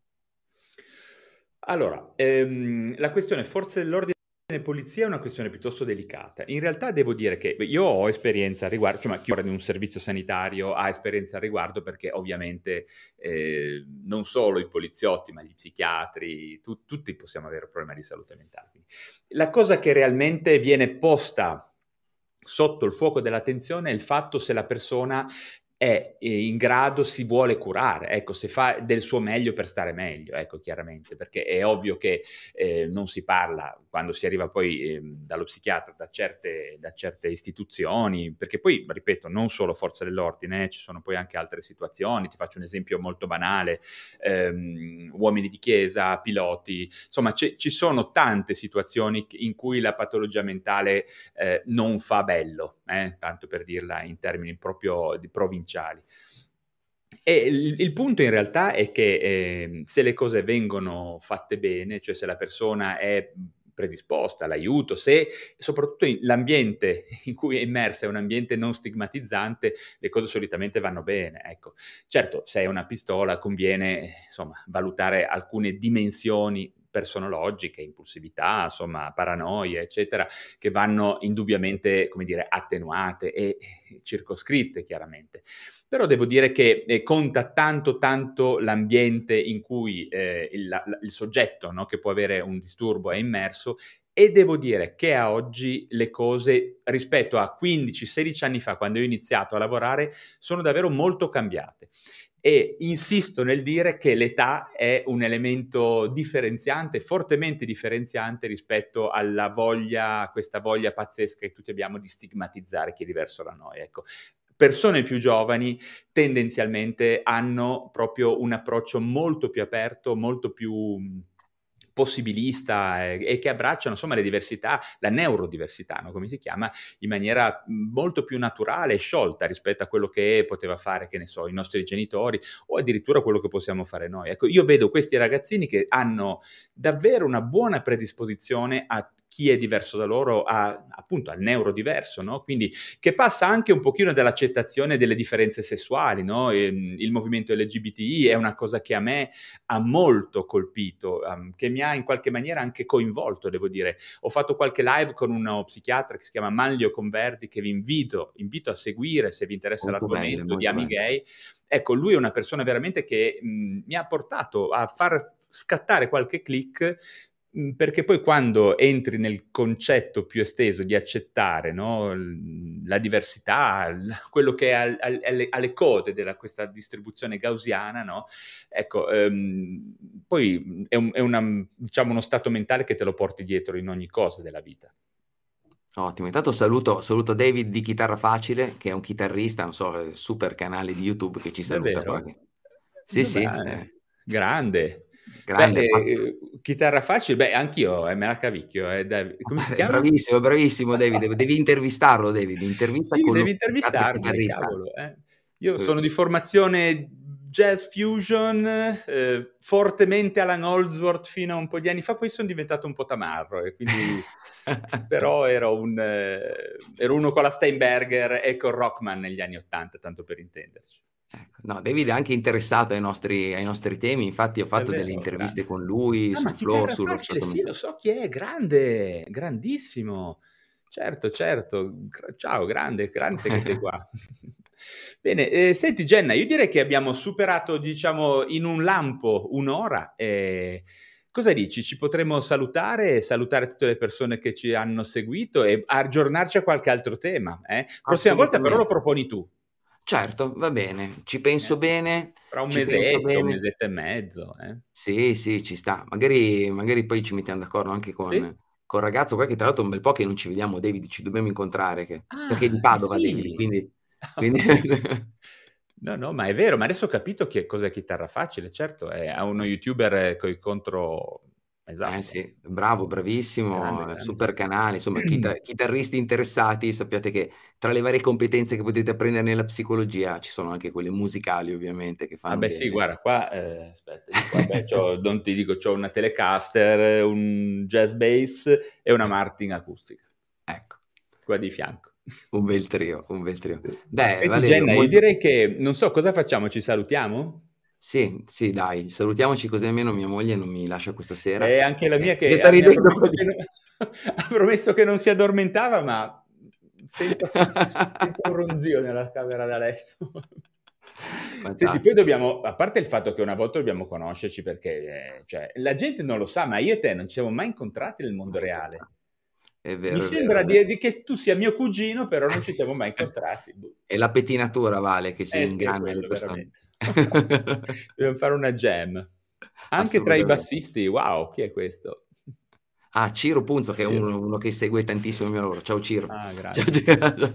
Allora, ehm, la questione forze dell'ordine e polizia è una questione piuttosto delicata. In realtà devo dire che beh, io ho esperienza al riguardo, cioè ma chi lavora in un servizio sanitario ha esperienza al riguardo perché ovviamente eh, non solo i poliziotti, ma gli psichiatri, tu- tutti possiamo avere problemi di salute mentale. Quindi, la cosa che realmente viene posta sotto il fuoco dell'attenzione è il fatto se la persona è eh, in grado, si vuole curare, ecco, se fa del suo meglio per stare meglio, ecco, chiaramente, perché è ovvio che eh, non si parla, quando si arriva poi eh, dallo psichiatra, da certe, da certe istituzioni, perché poi, ripeto, non solo forze dell'ordine, eh, ci sono poi anche altre situazioni, ti faccio un esempio molto banale, ehm, uomini di chiesa, piloti, insomma, ci sono tante situazioni in cui la patologia mentale eh, non fa bello, eh, tanto per dirla in termini proprio di provinciali. E il, il punto in realtà è che eh, se le cose vengono fatte bene, cioè se la persona è predisposta all'aiuto, se soprattutto l'ambiente in cui è immersa è un ambiente non stigmatizzante, le cose solitamente vanno bene. Ecco. Certo, se è una pistola conviene insomma, valutare alcune dimensioni personologiche, impulsività, insomma, paranoie, eccetera, che vanno indubbiamente, come dire, attenuate e circoscritte, chiaramente. Però devo dire che eh, conta tanto tanto l'ambiente in cui eh, il, la, il soggetto, no, che può avere un disturbo è immerso, e devo dire che a oggi le cose rispetto a quindici sedici anni fa, quando ho iniziato a lavorare, sono davvero molto cambiate. E insisto nel dire che l'età è un elemento differenziante, fortemente differenziante rispetto alla voglia, questa voglia pazzesca che tutti abbiamo di stigmatizzare chi è diverso da noi. Ecco. Persone più giovani tendenzialmente hanno proprio un approccio molto più aperto, molto più possibilista eh, e che abbracciano insomma le diversità, la neurodiversità, no? Come si chiama, in maniera molto più naturale e sciolta rispetto a quello che poteva fare, che ne so, i nostri genitori o addirittura quello che possiamo fare noi. Ecco, io vedo questi ragazzini che hanno davvero una buona predisposizione a chi è diverso da loro, a, appunto al neurodiverso, no? Quindi che passa anche un pochino dall'accettazione delle differenze sessuali, no? E, il movimento L G B T I è una cosa che a me ha molto colpito, um, che mi ha in qualche maniera anche coinvolto, devo dire. Ho fatto qualche live con uno psichiatra che si chiama Manlio Converti, che vi invito, invito a seguire se vi interessa Molto l'argomento bello, di molto Amigay. Ecco, lui è una persona veramente che mh, mi ha portato a far scattare qualche click, perché poi quando entri nel concetto più esteso di accettare, no, la diversità, quello che è al, al, alle, alle code della questa distribuzione gaussiana, no, ecco, ehm, poi è, un, è una, diciamo uno stato mentale che te lo porti dietro in ogni cosa della vita. Ottimo, intanto saluto, saluto David di Chitarra Facile, che è un chitarrista, non so, super canale di YouTube che ci saluta. Poi. Sì, sì. Eh. Grande. Grande. Beh, eh, chitarra facile, beh, anch'io, eh, me la cavicchio. Eh, David. Come si chiama? Bravissimo, bravissimo David, devi intervistarlo David, intervista sì, con devi intervistarmi, cavolo. Eh. Io sono di formazione jazz fusion, eh, fortemente Alan Holdsworth fino a un po' di anni fa, poi sono diventato un po' tamarro, e quindi... però ero, un, eh, ero uno con la Steinberger e con Rockman negli anni Ottanta, tanto per intenderci. Ecco. No, David è anche interessato ai nostri, ai nostri temi, infatti ho fatto vero, delle interviste grande. con lui Ah, sul ma chi floor, terra sullo facile, stato. sì, lo so chi è, grande, grandissimo. Certo, certo. Gra- Ciao, grande, grande che sei qua. Bene, eh, senti Jenna, io direi che abbiamo superato, diciamo, in un lampo un'ora. eh, Cosa dici? Ci potremmo salutare, salutare tutte le persone che ci hanno seguito e aggiornarci a qualche altro tema. Eh? Prossima volta però lo Assolutamente. proponi tu. Certo, va bene, ci penso Eh? bene, Fra un ci penso mesetto, un bene. mesetto e mezzo. Eh? Sì, sì, ci sta. Magari, magari poi ci mettiamo d'accordo anche con, Sì? con il ragazzo qua, che tra l'altro è un bel po' che non ci vediamo, David, ci dobbiamo incontrare, che- perché è di Ah, eh Padova, David, sì. quindi... quindi... No, no, ma è vero, ma adesso ho capito che cos'è Chitarra Facile, certo, è uno youtuber con i contro... Esatto. Eh sì, bravo, bravissimo, Grande, grande. super canale, insomma, chita- chitarristi interessati, sappiate che tra le varie competenze che potete apprendere nella psicologia ci sono anche quelle musicali, ovviamente, che fanno Vabbè bene. sì, guarda, qua, eh, aspetta, io qua, beh, c'ho- non ti dico, c'ho una Telecaster, un jazz bass e una Martin acustica. Ecco. Qua di fianco. Un bel trio, un bel trio. Beh, Senti, Valerio, Jenna, molto... io direi che, non so, cosa facciamo? Ci salutiamo? Sì, sì, dai, salutiamoci così almeno mia moglie non mi lascia questa sera. E anche la mia Eh, che che sta ha, mi ha ridendo promesso così. che non, ha promesso che non si addormentava, ma sento, sento un ronzio nella camera da letto. Senti, poi dobbiamo, a parte il fatto che una volta dobbiamo conoscerci perché eh, cioè, la gente non lo sa, ma io e te non ci siamo mai incontrati nel mondo reale. È vero, Mi è sembra vero, è vero. di, di che tu sia mio cugino, però non ci siamo mai incontrati. È la pettinatura, Vale, che ci Eh sì, è inganna quello, le persone. veramente. Dobbiamo fare una jam. Anche tra i Assolutamente. bassisti, wow, chi è questo? Ah, Ciro Punzo, che è Ciro. uno, uno che segue tantissimo il mio lavoro. Ciao Ciro. Ah, Ciao, grazie. Ciro.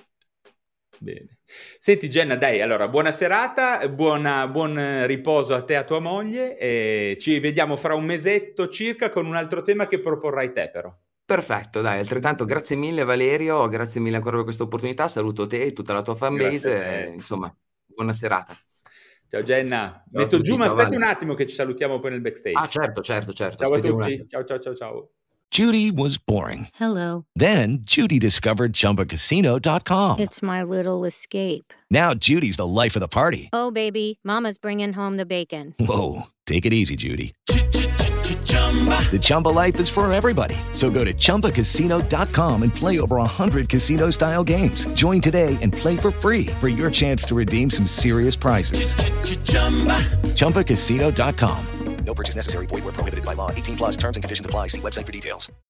Bene. Senti Jenna, dai, allora buona serata, buona, buon riposo a te e a tua moglie e ci vediamo fra un mesetto circa con un altro tema che proporrai te però. Perfetto, dai, altrettanto grazie mille Valerio, grazie mille ancora per questa opportunità, saluto te e tutta la tua Grazie a fanbase, te. e, insomma, buona serata. Ciao Jenna, Ciao a metto tutti, giù, ma ciao, aspetti Vale. un attimo che ci salutiamo poi nel backstage. Ah, certo, certo, certo. Ciao a aspettiamo un tutti, attimo. ciao ciao ciao ciao. Judy was boring. Hello. Then Judy discovered Chumba Casino dot com. It's my little escape. Now Judy's the life of the party. Oh, baby, mama's bringing home the bacon. Whoa, take it easy, Judy. The Chumba life is for everybody. So go to Chumba Casino dot com and play over one hundred casino-style games. Join today and play for free for your chance to redeem some serious prizes. Chumba Casino dot com. No purchase necessary. Void where prohibited by law. eighteen plus terms and conditions apply. See website for details.